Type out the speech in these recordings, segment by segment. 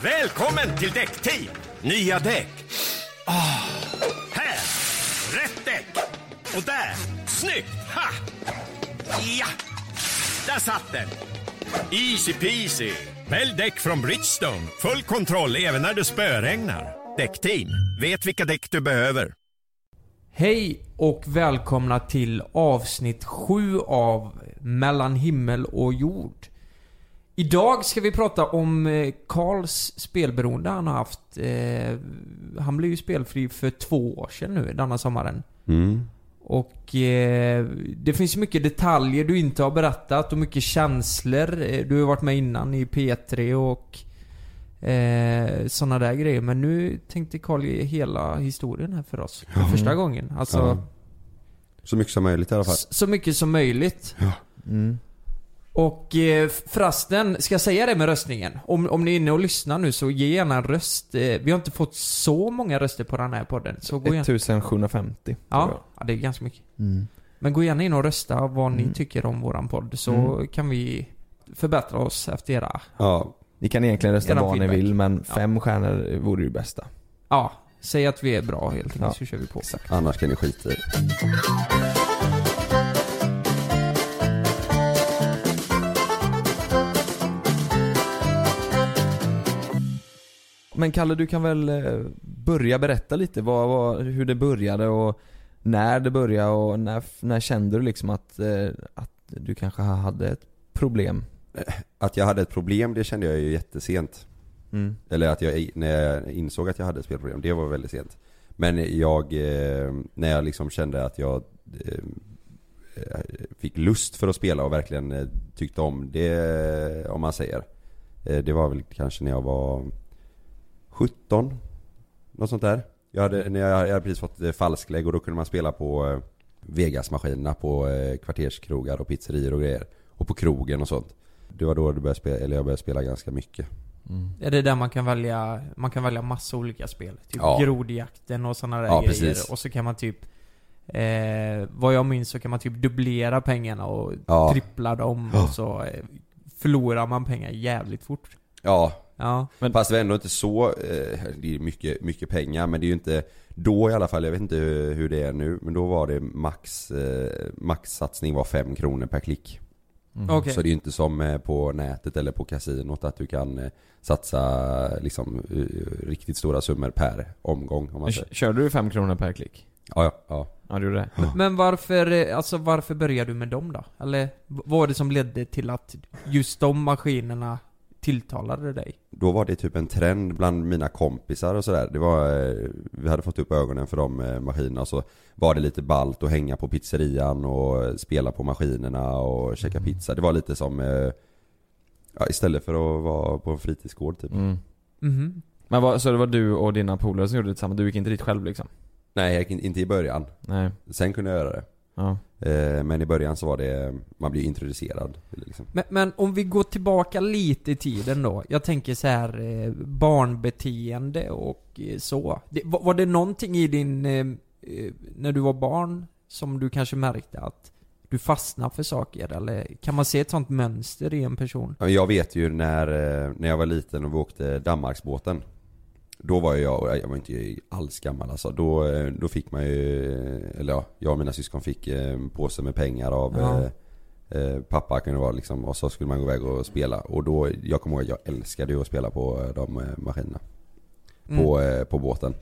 Välkommen till Däckteam. Nya däck. Här. Rätt däck. Och där. Snyggt. Ha. Ja. Där satt den. Easy peasy. Välj däck från Bridgestone. Full kontroll även när det spöregnar. Däckteam. Vet vilka däck du behöver. Hej och välkomna till avsnitt 7 av Mellan himmel och jord. Idag ska vi prata om Karls spelberoende han har haft. Han blev ju spelfri för 2 år sedan nu, denna sommaren. Och det finns mycket detaljer du inte har berättat och mycket känslor. Du har varit med innan i P3 och såna där grejer. Men nu tänkte Karl ge hela historien här för oss för första gången. Alltså, så mycket som möjligt i alla fall. Så mycket som möjligt. Ja. Och förresten, ska jag säga det med röstningen? Om ni är inne och lyssnar nu så ge gärna en röst. Vi har inte fått så många röster på den här podden. Så gå 1750. Ja, det är ganska mycket. Men gå gärna in och rösta vad ni tycker om våran podd. Så kan vi förbättra oss efter era. Ja. Ni kan egentligen rösta vad ni vill, men 5 stjärnor vore ju bästa. Ja, säg att vi är bra helt enkelt, så kör vi på. Exakt. Annars kan ni skita i. Men Kalle, du kan väl börja berätta lite hur det började och när det började och när kände du liksom att du kanske hade ett problem? Att jag hade ett problem, det kände jag ju jättesent. Eller att när jag insåg att jag hade ett spelproblem, det var väldigt sent. Men när jag liksom kände att jag fick lust för att spela och verkligen tyckte om det, om man säger. Det var väl kanske när jag var 17, något sånt där. Jag hade precis fått falsklägg och då kunde man spela på Vegas-maskinerna på kvarterskrogar och pizzerior och grejer. Och på krogen och sånt. Det var då jag började spela ganska mycket. Är det där man kan välja massa olika spel? Typ grodjakten och sådana där grejer. Precis. Och så kan man typ vad jag minns så kan man typ dubblera pengarna och trippla dem och så förlorar man pengar jävligt fort. Ja. Men fast det var ändå inte så det är mycket pengar, men det är ju inte då i alla fall, jag vet inte hur det är nu, men då var det max-satsning var 5 kronor per klick. Okay. Så det är ju inte som på nätet eller på kasinot att du kan satsa liksom riktigt stora summor per omgång, om man säger. Körde du 5 kronor per klick? Ja. Ja, du gjorde det. Men varför började du med dem då? Eller vad var det som ledde till att just de maskinerna tilltalade dig? Då var det typ en trend bland mina kompisar och sådär. Det var, vi hade fått upp ögonen för de maskinerna, så var det lite ballt att hänga på pizzerian och spela på maskinerna och käka pizza. Det var lite som istället för att vara på en fritidsgård typ. Men så det var du och dina polare som gjorde det tillsammans? Du gick inte dit själv liksom? Nej, jag gick inte i början. Nej. Sen kunde jag göra det. Ja. Men i början så var det, man blir introducerad liksom. Men om vi går tillbaka lite i tiden då. Jag tänker så här barnbeteende och så. Var det någonting i din när du var barn som du kanske märkte att du fastnade för saker, eller kan man se ett sånt mönster i en person? Jag vet ju när jag var liten och vi åkte Danmarksbåten. Då var jag var inte alls gammal alltså. Då fick man ju, eller jag och mina syskon fick en påse med pengar av pappa kunde vara liksom, och så skulle man gå iväg och spela. Och då, jag kommer ihåg att jag älskade ju att spela på de maskinerna på båten.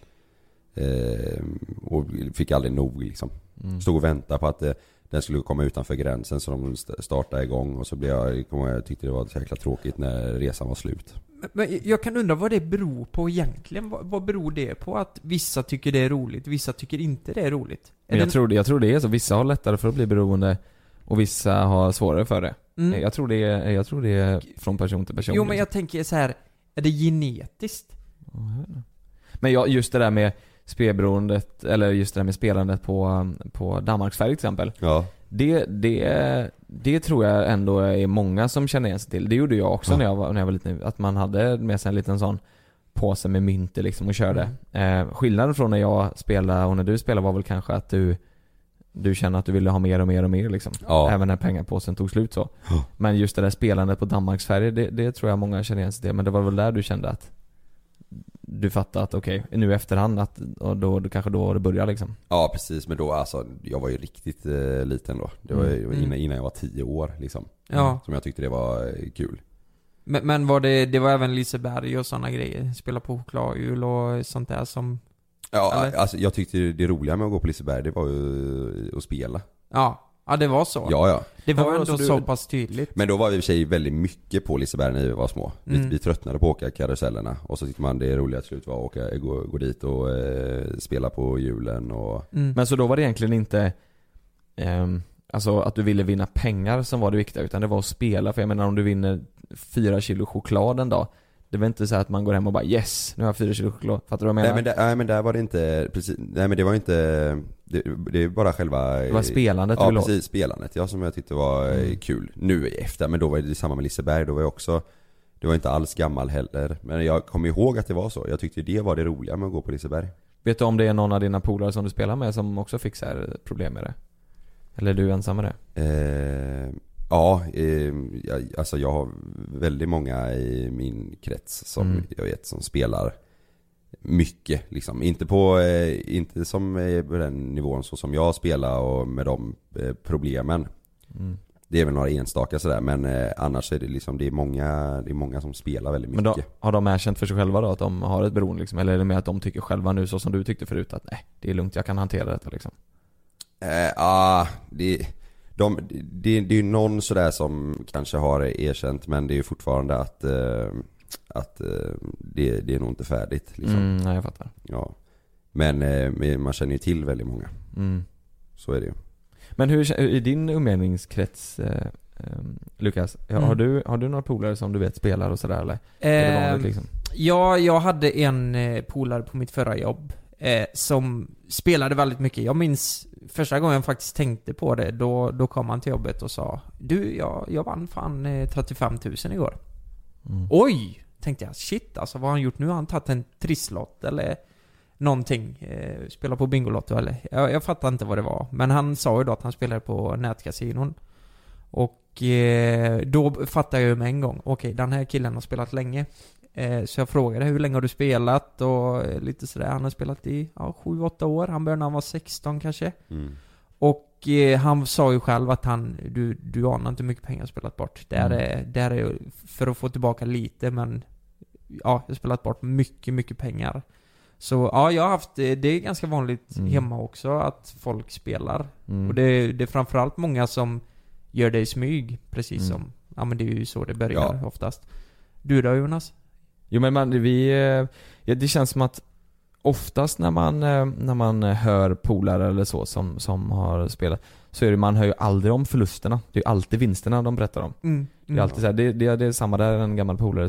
Och fick aldrig nog liksom. Stod och väntade på att den skulle komma utanför gränsen så de startade igång, och så blev jag tyckte det var så jäkla tråkigt när resan var slut. Men jag kan undra vad det beror på egentligen. Vad beror det på att vissa tycker det är roligt, vissa tycker inte det är roligt? Jag tror det är så. Vissa har lättare för att bli beroende och vissa har svårare för det. Jag tror det är från person till person. Jo, men jag tänker så här, är det genetiskt? Men just det där med spelberoendet, eller just det där med spelandet på Danmarksfärg till exempel. Ja. Det tror jag ändå är många som känner igen sig till. Det gjorde jag också när jag var liten, att man hade med sig en liten sån påse med mynt liksom och körde. Skillnaden från när jag spelade och när du spelade var väl kanske att du kände att du ville ha mer och mer och mer liksom. Även när pengapåsen tog slut så. Men just det där spelandet på Danmarksfärg, det tror jag många känner igen sig till. Men det var väl där du kände att du fattade att okej, nu i efterhand att, och då kanske då det börjar liksom. Ja precis, men då alltså, jag var ju riktigt liten då. Det var ju innan jag var 10 år liksom. Ja. Som jag tyckte det var kul. Men var det var även Liseberg och såna grejer? Spela på chokladhjul och sånt där som... Ja, eller? alltså jag tyckte det roliga med att gå på Liseberg, det var ju att spela. Ja, det var så. Ja. Det var Ja, ändå så så pass tydligt. Men då var vi i och för sig väldigt mycket på Liseberg när vi var små. Vi tröttnade på att åka karusellerna. Och så tyckte man det roliga till slut var att gå dit och spela på hjulen och... Men så då var det egentligen inte alltså att du ville vinna pengar som var det viktiga, utan det var att spela. För jag menar, om du vinner 4 kilo choklad en dag, det var inte så att man går hem och bara yes, nu har jag 4 kilo choklad. Fattar du vad jag menar? Nej men där var det inte precis. Nej men det var inte det är bara själva... Det var spelandet. Ja precis, spelandet. Ja, som jag tyckte var kul. Nu efter, men då var det samma med Liseberg. Då var jag också... Det var inte alls gammal heller. Men jag kommer ihåg att det var så. Jag tyckte det var det roliga med att gå på Liseberg. Vet du om det är någon av dina polare som du spelar med som också fick så här problem med det? Eller är du ensam med det? Alltså jag har väldigt många i min krets som jag vet som spelar mycket liksom. Inte som på den nivån så som jag spelar och med de problemen. Det är väl några enstaka sådär, men annars är det liksom det är många som spelar väldigt mycket. Men då, har de erkänt för sig själva då att de har ett beroende liksom? Eller är det med att de tycker själva nu så som du tyckte förut att nej, det är lugnt, jag kan hantera detta liksom? Det är ju någon sådär som kanske har erkänt, men det är ju fortfarande att det är nog inte färdigt liksom. Nej, jag fattar. Ja. Men man känner ju till väldigt många. Så är det ju. Men hur i din umgängeskrets Lukas, har du några polare som du vet spelar och sådär eller? Är det vanligt liksom? Ja, jag hade en polare på mitt förra jobb som spelade väldigt mycket. Jag minns första gången jag faktiskt tänkte på det, då kom han till jobbet och sa: du, jag vann fan 35 000 igår. Oj! Tänkte jag, shit alltså, vad har han gjort nu? Har han tagit en trisslott eller någonting? Spelar på Bingolotto eller? Jag fattar inte vad det var. Men han sa ju då att han spelade på nätkasinon. Och då fattade jag ju med en gång, okej, den här killen har spelat länge. Så jag frågade, hur länge har du spelat? Och lite sådär, han har spelat i 7-8 år. Han började när han var 16 kanske. Och han sa ju själv att du anar inte hur mycket pengar jag har spelat bort. Det är för att få tillbaka lite, men jag har spelat bort mycket, mycket pengar. Så ja, jag har haft, det är ganska vanligt hemma också att folk spelar. Och det är framförallt många som gör det i smyg, precis som, ja men det är ju så det börjar oftast. Du då, Jonas? Jo men det känns som att oftast när man hör polare eller så som har spelat, så är det, man hör ju aldrig om förlusterna. Det är ju alltid vinsterna de berättar om. Det är alltid så här, det är samma där, en gammal polare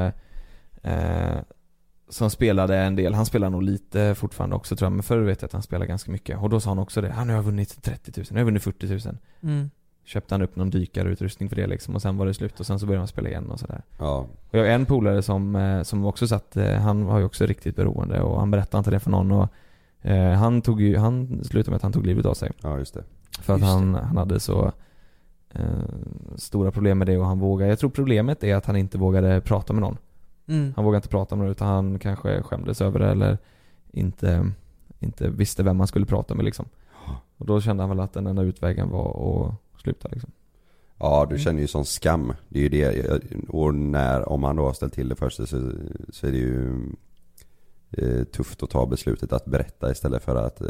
som spelade en del. Han spelar nog lite fortfarande också tror jag, men förr vet jag att han spelar ganska mycket. Och då sa han också det, nu har jag vunnit 30 000, nu har jag vunnit 40 000. Köpte han upp någon dykarutrustning för det liksom, och sen var det slut och sen så började han spela igen och sådär. Ja. Och jag har en polare som också satt, han har ju också riktigt beroende och han berättade inte det för någon och han slutade med att han tog livet av sig. Ja, just det. För att han hade så stora problem med det och han vågade. Jag tror problemet är att han inte vågade prata med någon. Han vågade inte prata med någon, utan han kanske skämdes över det eller inte visste vem man skulle prata med liksom. Och då kände han väl att den enda utvägen var att sluta liksom. Ja, du känner ju sån skam. Det är ju det. Och om man då har ställt till det först så är det ju tufft att ta beslutet att berätta istället för att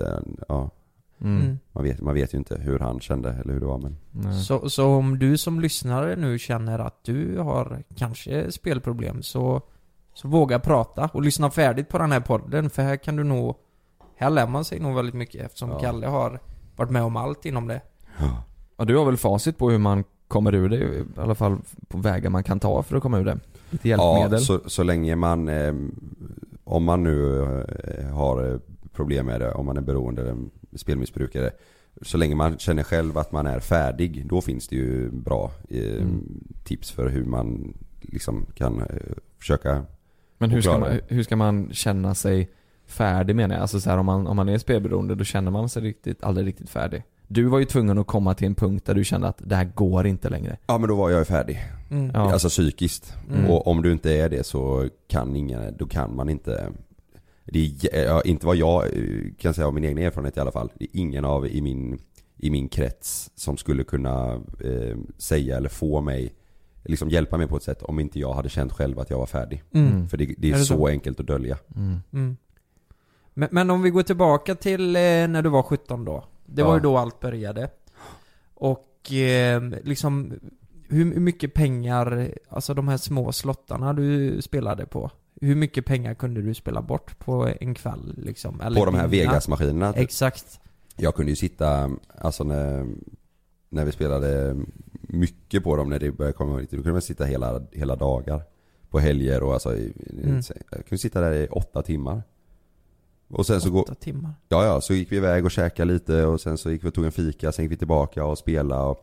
man vet ju inte hur han kände eller hur det var, men. Så om du som lyssnare nu känner att du har kanske spelproblem, så våga prata och lyssna färdigt på den här podden, för här lär man sig nog väldigt mycket, eftersom Kalle har varit med om allt inom det. Ja, du har väl facit på hur man kommer ur det, i alla fall på vägar man kan ta för att komma ur det. Lite hjälpmedel. Ja, så länge man om man nu har problem med det, om man är beroende eller spelmissbrukare, så länge man känner själv att man är färdig, då finns det ju bra tips för hur man liksom kan försöka. Men hur ska man känna sig färdig, menar jag? Alltså så här, om man är spelberoende, då känner man sig aldrig riktigt färdig. Du var ju tvungen att komma till en punkt där du kände att det här går inte längre. Ja, men då var jag färdig. Alltså psykiskt. Och om du inte är det så kan man inte inte vad jag kan säga av min egen erfarenhet i alla fall. Det är ingen av i min krets som skulle kunna säga eller få mig, liksom hjälpa mig på ett sätt om inte jag hade känt själv att jag var färdig. För det är så enkelt att dölja. Men om vi går tillbaka till när du var 17 då. Det var ju då allt började. Och liksom hur mycket pengar, alltså de här små slottarna du spelade på, hur mycket pengar kunde du spela bort på en kväll liksom? Eller på de här Vegas-maskinerna? Exakt. Jag kunde ju sitta, alltså när vi spelade mycket på dem, när det började komma hit, då kunde man sitta hela dagar på helger och alltså jag kunde sitta där i 8 timmar. Och sen 8 timmar? Ja, så gick vi iväg och käkade lite och sen så gick vi och tog en fika, sen gick vi tillbaka och spelade och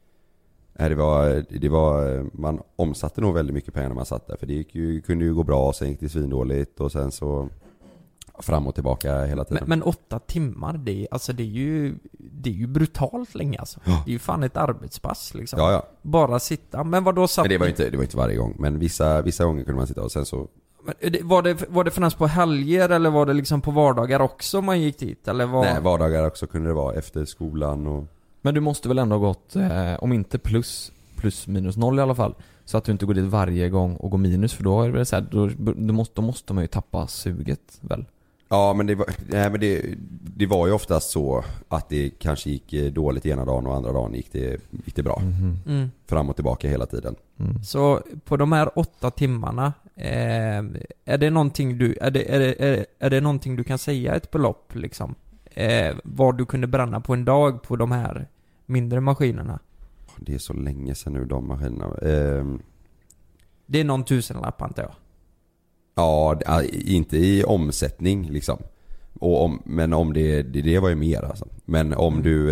det var man omsatte nog väldigt mycket pengar när man satt där, för det kunde ju gå bra och sen gick det svindåligt och sen så fram och tillbaka hela tiden. Men 8 timmar, det är ju brutalt länge alltså. Ja. Det är ju fan ett arbetspass liksom. Ja. Bara sitta. Men vad då satt? Men det var inte varje gång, men vissa gånger kunde man sitta och sen så. Men var det främst på helger eller var det liksom på vardagar också man gick dit eller var? Nej, vardagar också kunde det vara efter skolan och. Men du måste väl ändå ha gått om inte plus minus 0 i alla fall, så att du inte går dit varje gång och går minus, för då är det så här, då måste man ju tappa suget väl. Ja, men det var ju oftast så att det kanske gick dåligt ena dagen och andra dagen gick det bra. Fram och tillbaka hela tiden. Så på de här 8 timmarna är det någonting är det någonting du kan säga ett belopp liksom? Vad du kunde bränna på en dag på de här mindre maskinerna? Det är så länge sedan nu de maskinerna. Det är någon tusenlapp antar jag. Ja, inte i omsättning liksom. Men om det var ju mer alltså. Men om du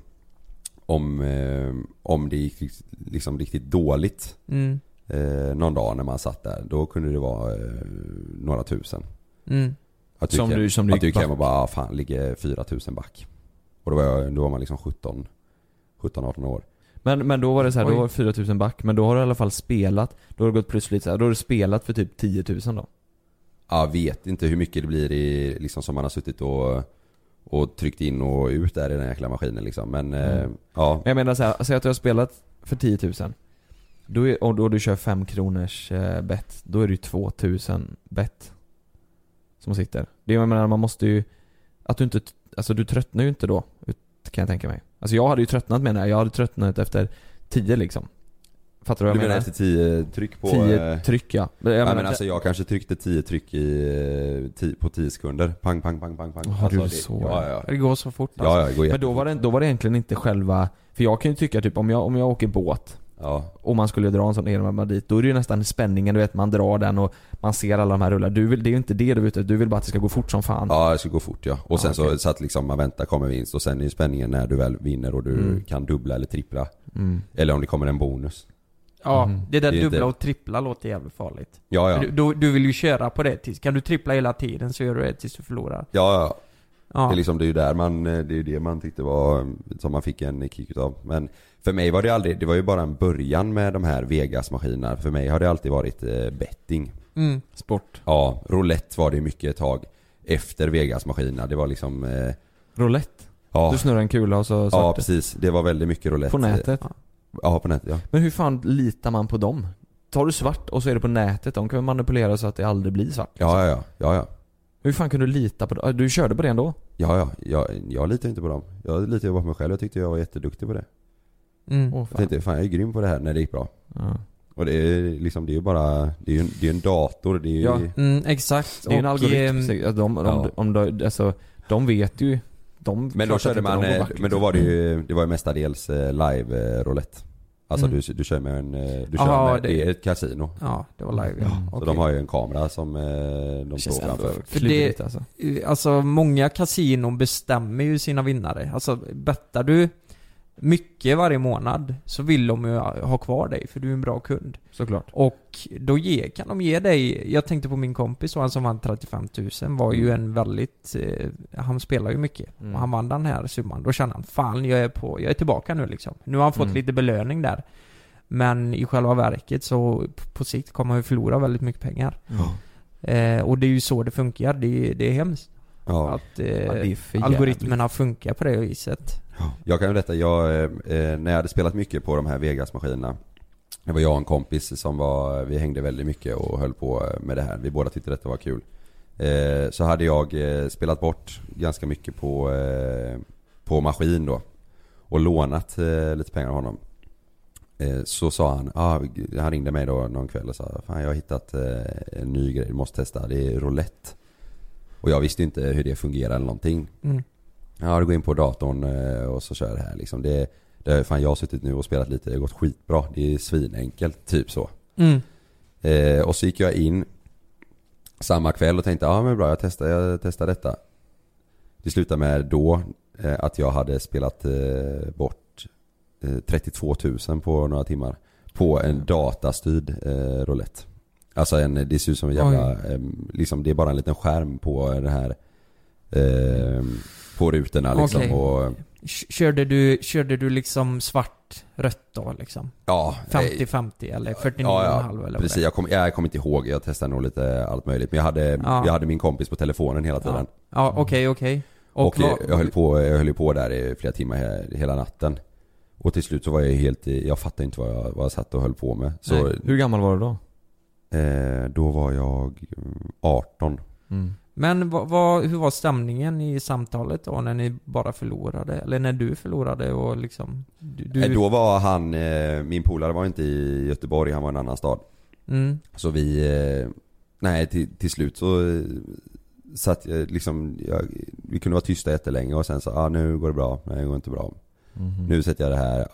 om det gick liksom riktigt dåligt någon dag när man satt där, då kunde det vara några tusen. Att du kan bara fan ligger 4000 back. Och då var man liksom 17-18 år. Men då var det så här, då var 4000 back, men då har du i alla fall spelat, då har det gått plus lite så här, då har du spelat för typ 10 000 då. Jag vet inte hur mycket det blir i liksom som man har suttit och tryckt in och ut där i den jäkla maskinen liksom, men ja. Men jag menar så här, säg att du har spelat för 10 000. Och då du kör 5 kronors bet, då är det ju 2000 bet som sitter. Det jag menar, man måste ju att du inte, alltså du tröttnar ju inte då, kan jag tänka mig. Alltså jag hade ju tröttnat med jag hade tröttnat efter 10 liksom. Fattar du vad jag menar? Efter 10 tryck på 10 tryck, ja. Men alltså jag kanske tryckte 10 tryck på 10 sekunder. Pang. Alltså, ja. Det går så fort alltså. Ja, det går. Men då var det egentligen inte själva, för jag kan ju tycka typ om jag åker båt. Ja. Och man skulle dra en sån egen dit, då är det ju nästan spänningen, du vet, man drar den och man ser alla de här rullar. Det är ju inte det du vet, du vill bara att det ska gå fort som fan. Ja, det ska gå fort, ja. Och sen så att liksom man väntar, kommer vinst, och sen är ju spänningen när du väl vinner och du kan dubbla eller trippla. Eller om det kommer en bonus. Ja, det där dubbla och trippla låter jävligt farligt. Ja. Du vill ju köra på det tills. Kan du trippla hela tiden så gör du det tills du förlorar. Ja. Det är liksom, det är ju där det är ju det man tyckte var som man fick en kick utav. Men för mig var det aldrig, det var ju bara en början med de här Vegas-maskinerna. För mig har det alltid varit betting. Sport. Ja, roulette var det mycket ett tag efter Vegas-maskinerna. Det var liksom roulette? Ja. Du snurrar en kula och så ja, precis. Det var väldigt mycket roulette. På nätet? Ja, på nätet, ja. Men hur fan litar man på dem? Tar du svart och så är det på nätet. De kan manipulera så att det aldrig blir svart. Ja. Hur fan kunde du lita på dem? Du körde på det ändå? Ja. Jag litar inte på dem. Jag litar bara på mig själv. Jag tyckte jag var jätteduktig på det. Jag tänkte, fan jag är grym på det här när det gick bra. Ja. Och det är liksom, det är ju bara, det är en dator, det är ju... exakt. Det är en algoritm. De vet ju. Men då körde man, men då var det var ju mestadels live roulette. Alltså du kör med det är ett kasino. Ja, det var live, ja. Så de har ju en kamera som de står framför. För det, alltså många kasinon bestämmer ju sina vinnare. Alltså bettar du mycket varje månad så vill de ju ha kvar dig för du är en bra kund. Såklart. Och då kan de ge dig, jag tänkte på min kompis och han som vann 35 000 var ju en väldigt, han spelar ju mycket och han vann den här summan. Då kände han, fan jag är tillbaka nu liksom. Nu har han fått lite belöning där. Men i själva verket så på sikt kommer han ju förlora väldigt mycket pengar. Och det är ju så det funkar. Det är hemskt. Ja. Att det är för algoritmerna funkar på det viset. Jag kan ju berätta, när jag hade spelat mycket på de här Vegas-maskinerna. Det var jag och en kompis vi hängde väldigt mycket och höll på med det här. Vi båda tyckte detta var kul. Så hade jag spelat bort ganska mycket på maskin då. Och lånat lite pengar av honom. Så sa han ringde mig då någon kväll och sa, fan jag har hittat en ny grej, du måste testa, det är roulette. Och jag visste inte hur det fungerar eller någonting. Ja, du går in på datorn och så kör det här liksom. Det fan jag har suttit nu och spelat lite, det har gått skitbra. Det är svinenkelt, typ så. Och så gick jag in samma kväll och tänkte, men bra, jag testar detta. Det slutade med då att jag hade spelat bort 32 000 på några timmar på en datastyrd roulette. Alltså det ser ut som en jävla liksom, det är bara en liten skärm på den här på rutorna liksom. Okay. Och körde du liksom svart-rött då liksom? Ja, 50-50 eller 49,5 eller precis, jag kommer inte ihåg, jag testade nog lite allt möjligt. Men jag hade min kompis på telefonen hela tiden. Ja, okej. Och jag höll på där i flera timmar hela natten. Och till slut så var jag fattade inte vad jag satt och höll på med. Så, hur gammal var du då? Då var jag 18. Men hur var stämningen i samtalet då när ni bara förlorade? Eller när du förlorade och liksom... Då var han, min polare var inte i Göteborg, han var i en annan stad. Så till slut så satt liksom, vi kunde vara tysta jättelänge och sen så, nu går det bra, nej det går inte bra. Nu sätter jag det här.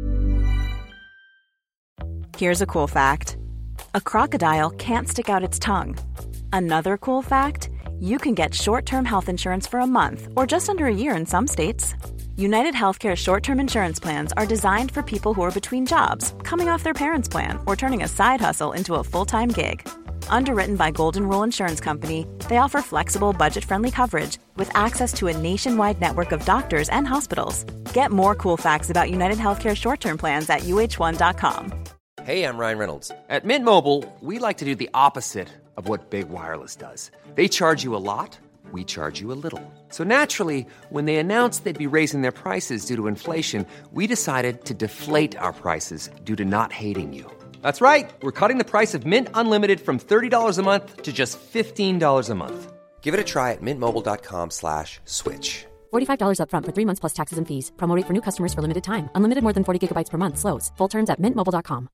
Here's a cool fact. A crocodile can't stick out its tongue. Another cool fact, you can get short-term health insurance for a month or just under a year in some states. United Healthcare short-term insurance plans are designed for people who are between jobs, coming off their parents' plan, or turning a side hustle into a full-time gig. Underwritten by Golden Rule Insurance Company, they offer flexible, budget-friendly coverage with access to a nationwide network of doctors and hospitals. Get more cool facts about United Healthcare short-term plans at uh1.com. Hey, I'm Ryan Reynolds. At Mint Mobile, we like to do the opposite of what Big Wireless does. They charge you a lot, we charge you a little. So naturally, when they announced they'd be raising their prices due to inflation, we decided to deflate our prices due to not hating you. That's right. We're cutting the price of Mint Unlimited from $30 a month to just $15 a month. Give it a try at mintmobile.com/switch. $45 up front for 3 months plus taxes and fees. Promo rate for new customers for limited time. Unlimited more than 40 gigabytes per month. Slows full terms at mintmobile.com.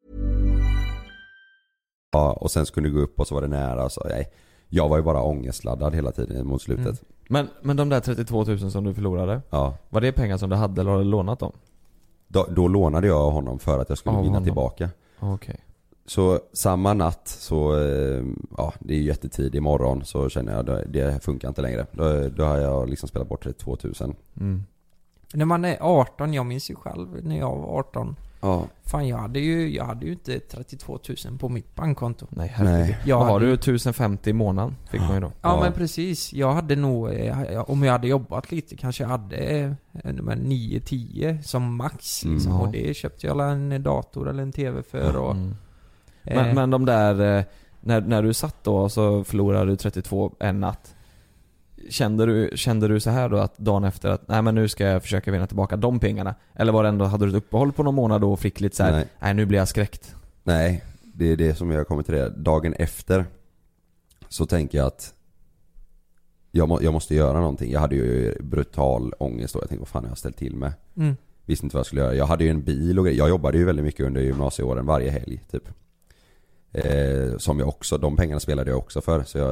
Ja, och sen skulle det gå upp och så var det nära. Så, jag var ju bara ångestladdad hela tiden mot slutet. Men de där 32 000 som du förlorade, var det pengar som du hade eller har du lånat dem? Då lånade jag honom för att jag skulle vinna tillbaka. Okay. Så samma natt så, det är ju jättetidig morgon, så känner jag att det funkar inte längre. Då har jag liksom spelat bort 32 000. När man är 18, jag minns ju själv när jag var 18. Ja. Fan, jag hade ju inte 32 000 på mitt bankkonto. Nej, herregud. Vad har du? 1050 i månaden fick man ju då. Ja, men precis. Jag hade nog, om jag hade jobbat lite, kanske jag hade 9-10 som max liksom. Och det köpte jag en dator eller en tv för och, men de där när du satt då så förlorade du 32 en natt. Kände du så här då att dagen efter att nej men nu ska jag försöka vinna tillbaka de pengarna, eller var det ändå, hade du ett uppehåll på någon månad då och fick lite så här, nej nu blir jag skräckt? Nej, det är det som jag kommer till det. Dagen efter så tänker jag att jag måste göra någonting. Jag hade ju brutal ångest då. Jag tänkte, vad fan har jag ställt till med? Visste inte vad jag skulle göra. Jag hade ju en bil och jag jobbade ju väldigt mycket under gymnasieåren varje helg typ. Som jag också, de pengarna spelade jag också för. Så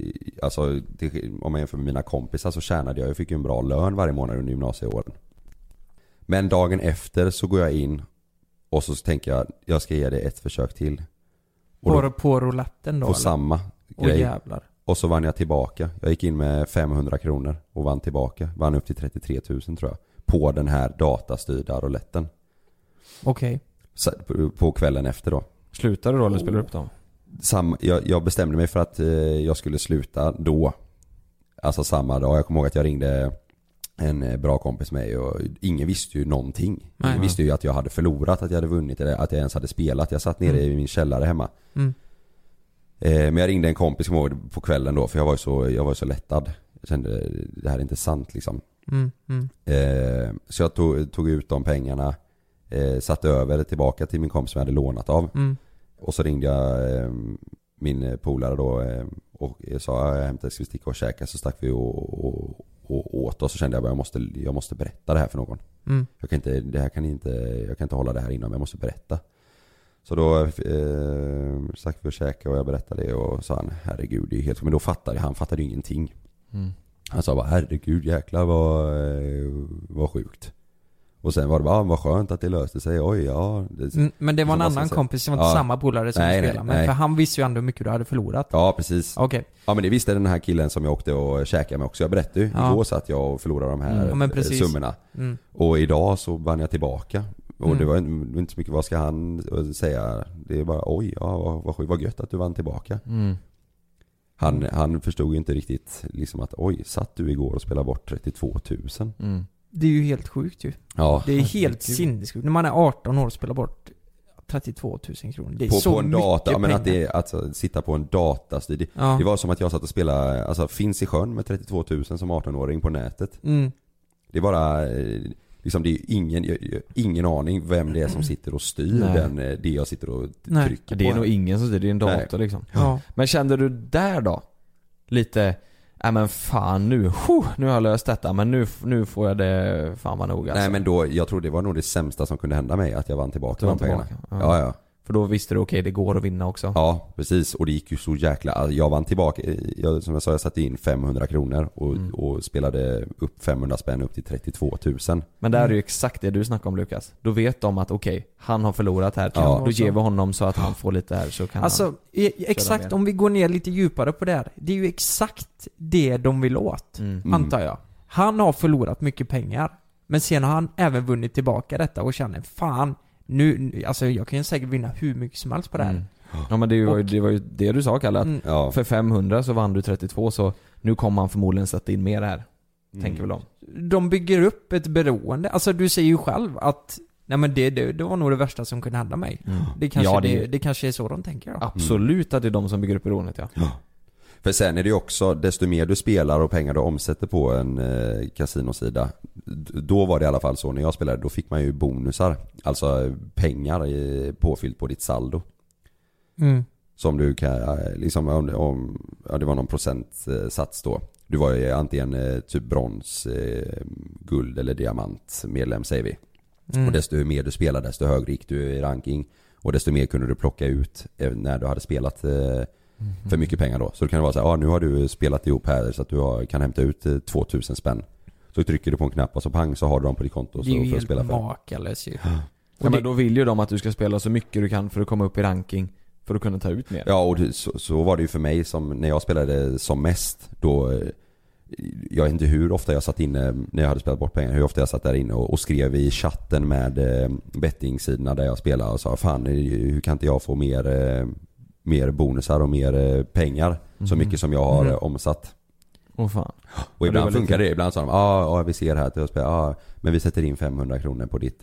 om jag jämför med mina kompisar så tjänade jag fick ju en bra lön varje månad under gymnasieåren. Men dagen efter så går jag in och så tänker jag ska ge det ett försök till. Och på rouletten då? På samma grej. Jävlar. Och så vann jag tillbaka. Jag gick in med 500 kronor och vann tillbaka. Vann upp till 33 000 tror jag. På den här datastyrda rouletten. Okej. På kvällen efter då. Slutade du då eller spelade du upp dem? Jag bestämde mig för att jag skulle sluta då. Alltså samma dag. Jag kommer ihåg att jag ringde en bra kompis med mig och ingen visste ju någonting. Ingen visste ju att jag hade förlorat, att jag hade vunnit eller att jag ens hade spelat. Jag satt nere i min källare hemma. Men jag ringde en kompis på kvällen då, för jag var så lättad. Jag kände, det här är inte sant liksom. Så jag tog ut de pengarna, satte över tillbaka till min kompis som jag hade lånat av. Och så ringde jag min polare då och jag sa, jag hämtade, ska vi sticka och käka? Så stack vi och åt, och så kände jag att jag måste berätta det här för någon. Jag kan inte hålla det här inom, jag måste berätta. Så då stack vi och käka och jag berättade det, och sa han, herregud, det är helt... Men då fattade han ju ingenting. Han sa bara, herregud, jäklar vad sjukt. Och sen var det bara, vad skönt att det löste sig. Oj, ja. Men det var en annan kompis, det var inte samma polare som spelade. Men för han visste ju ändå hur mycket du hade förlorat. Ja, precis. Okay. Ja, men det visste den här killen som jag åkte och käkade med också. Jag berättade ju, igår så att jag förlorade de här summorna. Och idag så vann jag tillbaka. Och det var inte så mycket, vad ska han säga? Det är bara, oj, ja, vad gött att du vann tillbaka. Han förstod ju inte riktigt liksom att, oj, satt du igår och spelade bort 32 000. Det är ju helt sjukt ju. Ja. Det är helt sinnessjukt. När man är 18 år och spelar bort 32 000 kronor. Det är så på en data, mycket men pengar. att det är, alltså, sitta på en datastrid. Det var som att jag satt och spelade, alltså, Finns i sjön med 32 000 som 18-åring på nätet. Det är bara... Liksom, det är ingen aning vem det är som sitter och styr det jag sitter och trycker på. Det är nog ingen som styr, det är en dator liksom. Ja. Men kände du där då lite, men fan nu har jag löst detta, men nu får jag det fan vad nog alltså. Nej, men då, jag tror det var nog det sämsta som kunde hända mig, att jag vann tillbaka de pengarna. Ja. För då visste du okej, det går att vinna också. Ja, precis. Och det gick ju så jäkla... Jag vann tillbaka... Som jag sa, jag satte in 500 kronor och spelade upp 500 spänn upp till 32 000. Men där är ju exakt det du snackar om, Lukas. Då vet de att okej, han har förlorat här. Då ger vi honom så att han får lite här, så kan alltså, exakt, om vi går ner lite djupare på det här. Det är ju exakt det de vill åt, antar jag. Han har förlorat mycket pengar. Men sen har han även vunnit tillbaka detta och känner, fan... Nu, alltså jag kan ju säkert vinna hur mycket som helst på det här. Ja, men det var ju det du sa, Kalle, att för 500 så vann du 32, så nu kommer man förmodligen sätta in mer här. Tänker väl de bygger upp ett beroende. Alltså du säger ju själv att nej, men det var nog det värsta som kunde hända mig. Det kanske är så de tänker då. Absolut att det är de som bygger upp beroendet, ja. För sen är det ju också, desto mer du spelar och pengar du omsätter på en kasinosida, då var det i alla fall så när jag spelade, då fick man ju bonusar, alltså pengar påfyllt på ditt saldo. Som du kan, liksom om det var någon procentsats då. Du var ju antingen typ brons, guld eller diamant medlem, säger vi. Och desto mer du spelade, desto högre gick du i ranking. Och desto mer kunde du plocka ut när du hade spelat för mycket pengar då. Så det kan vara så här, nu har du spelat ihop här så att du kan hämta ut 2000 spänn. Så trycker du på en knapp och så pang, så har du dem på ditt konto. Det är ju för att spela helt makalös ju. Ja, men då vill ju de att du ska spela så mycket du kan för att komma upp i ranking, för att kunna ta ut mer. Ja, och så var det ju för mig som när jag spelade som mest då. Jag vet inte hur ofta jag satt inne när jag hade spelat bort pengar, hur ofta jag satt där inne och skrev i chatten med bettingsidorna där jag spelade och sa, fan, hur kan inte jag få mer bonusar och mer pengar så mycket som jag har omsatt. Fan. Och ibland funkar det, ibland sa de, vi ser här till att spela, men vi sätter in 500 kronor på ditt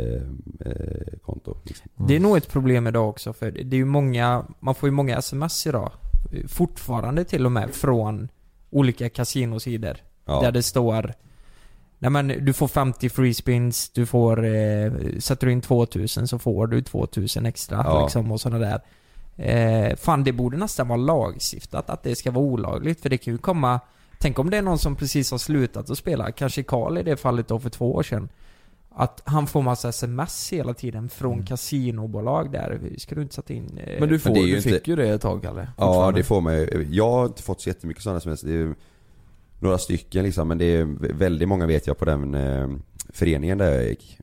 konto. Liksom. Det är nog ett problem idag också, för det är ju man får ju många sms idag, fortfarande till och med, från olika kasinosidor där det står, nej men du får 50 free spins, du får sätter du in 2000 så får du 2000 extra liksom, och sådana där. Fan, det borde nästan vara lagstiftat att det ska vara olagligt, för det kan ju komma, tänk om det är någon som precis har slutat att spela, kanske Karl i det fallet då för 2 år sedan, att han får massa sms hela tiden från kasinobolag där, ska du inte sätta in men du fick ju det ett tag, Kalle. Ja, det får man. Jag har inte fått så jättemycket sådana sms, det är några stycken liksom, men det är väldigt många, vet jag, på den föreningen där jag gick,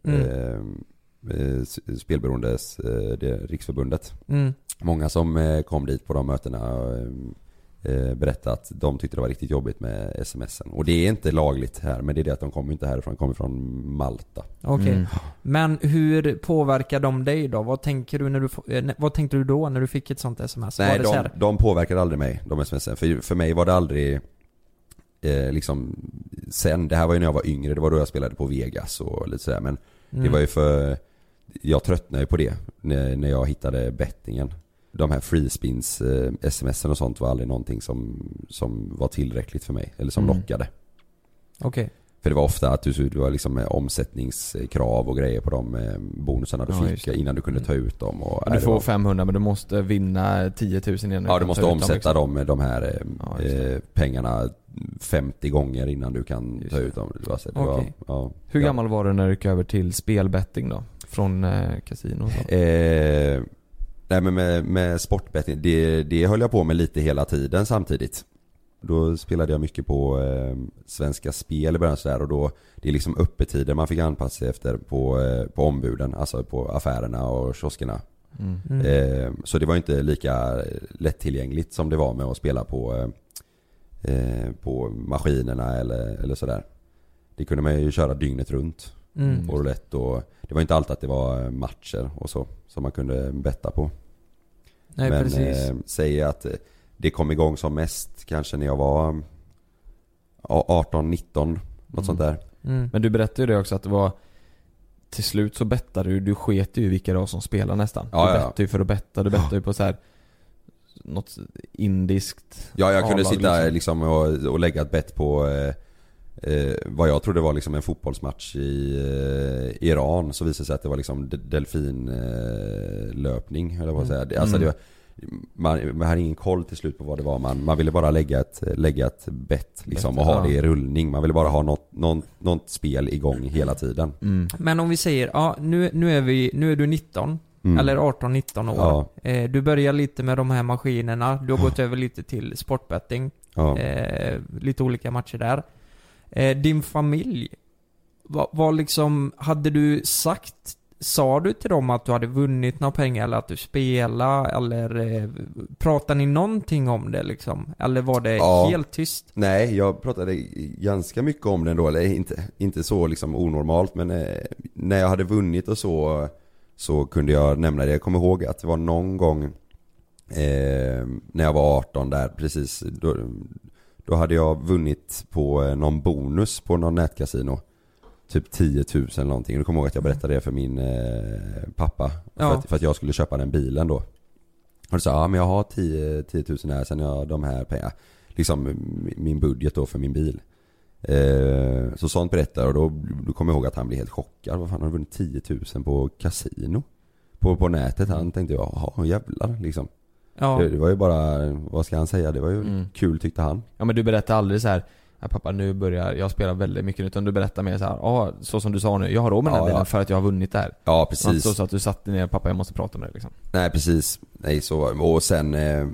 spelberoendes riksförbundet. Många som kom dit på de mötena berättade att de tyckte det var riktigt jobbigt med sms'en. Och det är inte lagligt här, men det är det att de kommer inte härifrån, de kommer från Malta. Okej. Men hur påverkar de dig då? Vad tänkte du då när du fick ett sånt sms? Nej, de påverkade aldrig mig, de sms'en. För mig var det aldrig liksom, sen, det här var ju när jag var yngre, det var då jag spelade på Vegas och lite sådär, men det var ju för jag tröttnade ju på det när jag hittade bettingen. de här free spins, sms'en och sånt var aldrig någonting som var tillräckligt för mig. Eller som lockade. Okej. För det var ofta att det var liksom omsättningskrav och grejer på de bonusarna du fick innan du kunde ta ut dem. Och, du får 500 men du måste vinna 10 000 innan. Ja, du måste omsätta de här pengarna 50 gånger inmen du kan ta ut dem. Hur gammal var du när du gick över till spelbetting då? Från kasino och så? Nej, men med sportbetting, det höll jag på med lite hela tiden samtidigt. Då spelade jag mycket på Svenska Spel i början så där, och då det är liksom öppettider man fick anpassa sig efter på ombuden, alltså på affärerna och kioskerna. Så det var inte lika lättillgängligt som det var med att spela på maskinerna eller sådär. Det kunde man ju köra dygnet runt på roulette, och det var inte alltid att det var matcher och så som man kunde betta på. Nej, men säger att det kom igång som mest kanske när jag var 18-19, något sånt där. Men du berättade ju det också att det var till slut så bettade du sket ju vilka det var som spelar nästan. Du bettade ju för att betta, du bettade ju på så här något indiskt. Ja, jag kunde sitta liksom och lägga ett bett på vad jag trodde var liksom en fotbollsmatch i Iran, så visade det sig att det var liksom delfinlöpning eller vad säga. Alltså det var, man hade ingen koll till slut på vad det var. Man ville bara lägga ett bett liksom, och ha det i rullning. Man ville bara ha något spel igång hela tiden. Men om vi säger, nu är du 19 eller 18-19 år. Du börjar lite med de här maskinerna. Du har gått över lite till sportbetting. Lite olika matcher där. Din familj, vad liksom, hade du sa du till dem att du hade vunnit några pengar eller att du spelade, eller pratade ni någonting om det liksom? Eller var det helt tyst? Nej, jag pratade ganska mycket om det ändå, eller inte så liksom onormalt, men när jag hade vunnit och så kunde jag nämna det. Jag kommer ihåg att det var någon gång när jag var 18 där precis, då hade jag vunnit på någon bonus på någon nätkasino. Typ 10 000 eller någonting. Du kommer ihåg att jag berättade det för min pappa. För att jag skulle köpa den bilen då. Och du sa, men jag har 10 000 här sen jag de här pengarna. Liksom min budget då för min bil. Så sånt berättade, och då kommer jag ihåg att han blev helt chockad. Vad fan, har du vunnit 10 000 på kasino? På nätet. Han tänkte, jävlar liksom. Ja. Det var ju bara, vad ska han säga? Det var ju kul, tyckte han. Ja, men du berättade aldrig så här, pappa, nu börjar jag spela väldigt mycket, utan du berättar mer så här, så som du sa nu, jag har råd med den här bilen för att jag har vunnit det här. Ja, precis. Så att du satt ner, pappa, jag måste prata med dig liksom. Nej, precis. Nej, så, och sen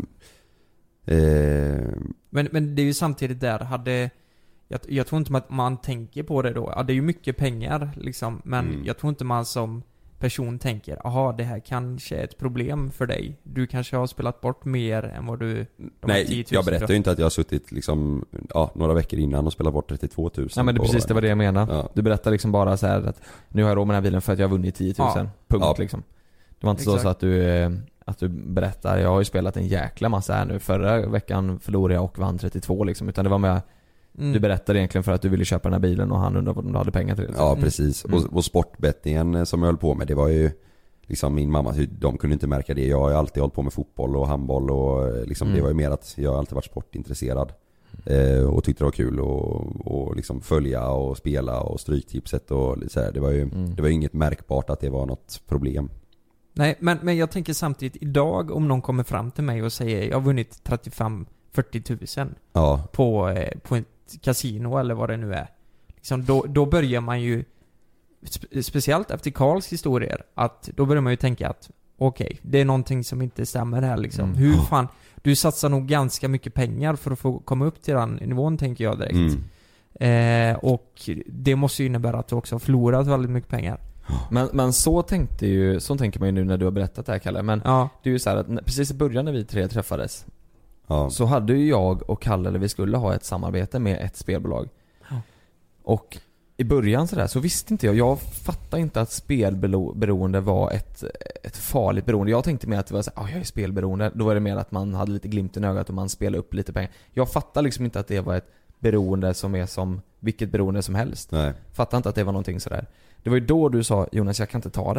Men det är ju samtidigt där, jag tror inte att man tänker på det då. Ja, det är ju mycket pengar liksom, men jag tror inte man som person tänker, det här kanske är ett problem för dig. Du kanske har spelat bort mer än vad du... Nej, jag berättar ju inte att jag har suttit liksom, några veckor innan och spelat bort 32 000. Nej, men det precis, det var det jag menade. Ja. Du berättar liksom bara så här att nu har jag råd med den här bilen för att jag har vunnit 10 000. Punkt liksom. Det var inte så att du berättar, jag har ju spelat en jäkla massa här nu. Förra veckan förlorade jag och vann 32 liksom. Utan det var med... Du berättade egentligen för att du ville köpa den här bilen och han undrade om du hade pengar till det. Ja, precis. Och sportbettingen som jag höll på med, det var ju liksom min mamma, de kunde inte märka det. Jag har ju alltid hållit på med fotboll och handboll och liksom det var ju mer att jag har alltid varit sportintresserad och tyckte det var kul och liksom följa och spela och stryktipset och så här. Det var ju inget märkbart att det var något problem. Nej, men jag tänker samtidigt idag, om någon kommer fram till mig och säger jag har vunnit 35-40 000 på ett kasino eller vad det nu är. Liksom, då börjar man ju, speciellt efter Karls historier, att då börjar man ju tänka att okej, det är någonting som inte stämmer här liksom. Hur fan, du satsar nog ganska mycket pengar för att få komma upp till den nivån, tänker jag direkt. Och det måste ju innebära att du också har förlorat väldigt mycket pengar. Men så tänker man ju nu när du har berättat det här, Kalle. Men det är ju så här att precis i början när vi tre träffades så hade ju jag och Kalle, eller vi skulle ha ett samarbete med ett spelbolag. Och i början så visste inte jag fattade inte att spelberoende var ett farligt beroende. Jag tänkte mer att det var så här, jag är spelberoende. Då var det mer att man hade lite glimt i ögat och man spelade upp lite pengar. Jag fattade liksom inte att det var ett beroende som är som vilket beroende som helst. Nej. Fattade inte att det var någonting sådär. Det var ju då du sa, Jonas, jag kan inte ta det här.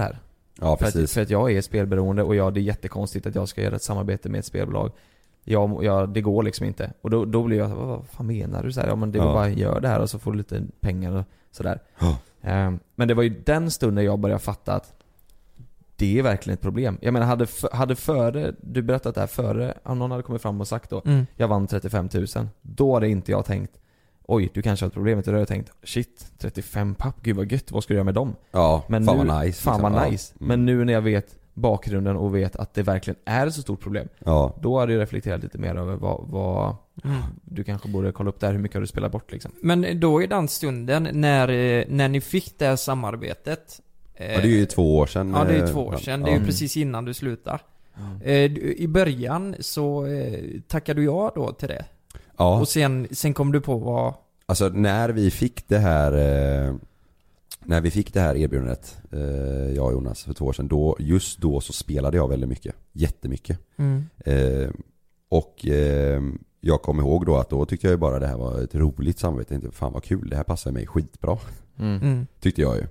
Ja, för precis. att jag är spelberoende och det är jättekonstigt att jag ska göra ett samarbete med ett spelbolag. Det går liksom inte. Och då blir jag, vad fan menar du? Så här, ja men det var bara gör det här och så får du lite pengar och sådär. Men det var ju den stunden jag började fatta att det är verkligen ett problem. Jag menar, hade före, du berättat det här före, om någon hade kommit fram och sagt då, jag vann 35 000. Då hade inte jag tänkt, oj, du kanske har ett problem. Då hade jag tänkt, shit, 35 papp, gud vad gött, vad ska du göra med dem? Ja, men fan nu, vad nice. Fan liksom. vad nice. Men nu när jag vet bakgrunden och vet att det verkligen är ett så stort problem, då hade jag reflekterat lite mer över vad du kanske borde kolla upp där, hur mycket har du spelat bort liksom. Men då i den stunden när ni fick det här samarbetet, ja, det är ju 2 år sedan. Ja, det är 2 år sedan. Det är ju precis innan du slutade. I början så tackade du ja då till det. Ja. Och sen kom du på vad... Alltså när vi fick det här erbjudandet, jag och Jonas för 2 år sedan, just då så spelade jag väldigt mycket. Jättemycket. Jag kommer ihåg då att då tyckte jag ju bara det här var ett roligt samarbete. Inte fan vad kul, det här passar mig skitbra. Tyckte jag ju.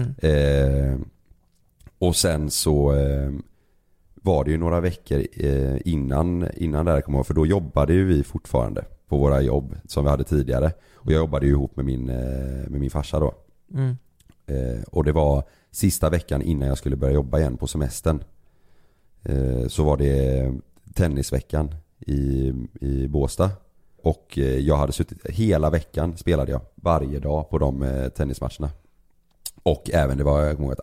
Och sen så var det ju några veckor innan det här kom ihåg, för då jobbade ju vi fortfarande på våra jobb som vi hade tidigare. Och jag jobbade ju ihop med min farsa då. Och det var sista veckan innan jag skulle börja jobba igen på semestern. Så var det tennisveckan i Båstad. Och jag hade suttit hela veckan, spelade jag varje dag på de tennismatcherna. Och även det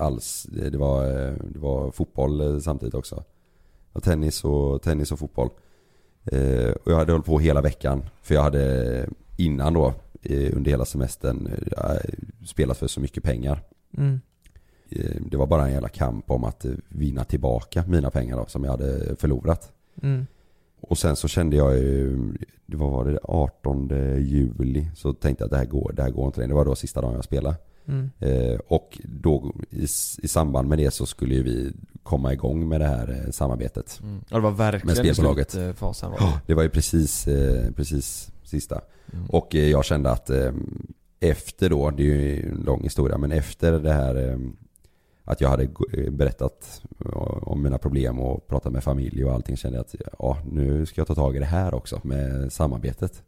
var fotboll samtidigt också. Tennis och fotboll. Och jag hade hållit på hela veckan, för jag hade innan då under hela semestern spelat för så mycket pengar. Det var bara en jävla kamp om att vinna tillbaka mina pengar då, som jag hade förlorat. Och sen så kände jag ju, det var det 18 juli, så tänkte jag att det här går inte. Det var då sista dagen jag spelade. Och då i samband med det så skulle ju vi komma igång med det här samarbetet. Ja, det var verkligen med spelbolaget. Fasen var det. Det var ju precis sista. Och jag kände att efter då, det är ju en lång historia, men efter det här att jag hade berättat om mina problem och pratat med familj och allting, kände jag att ja, nu ska jag ta tag i det här också med samarbetet.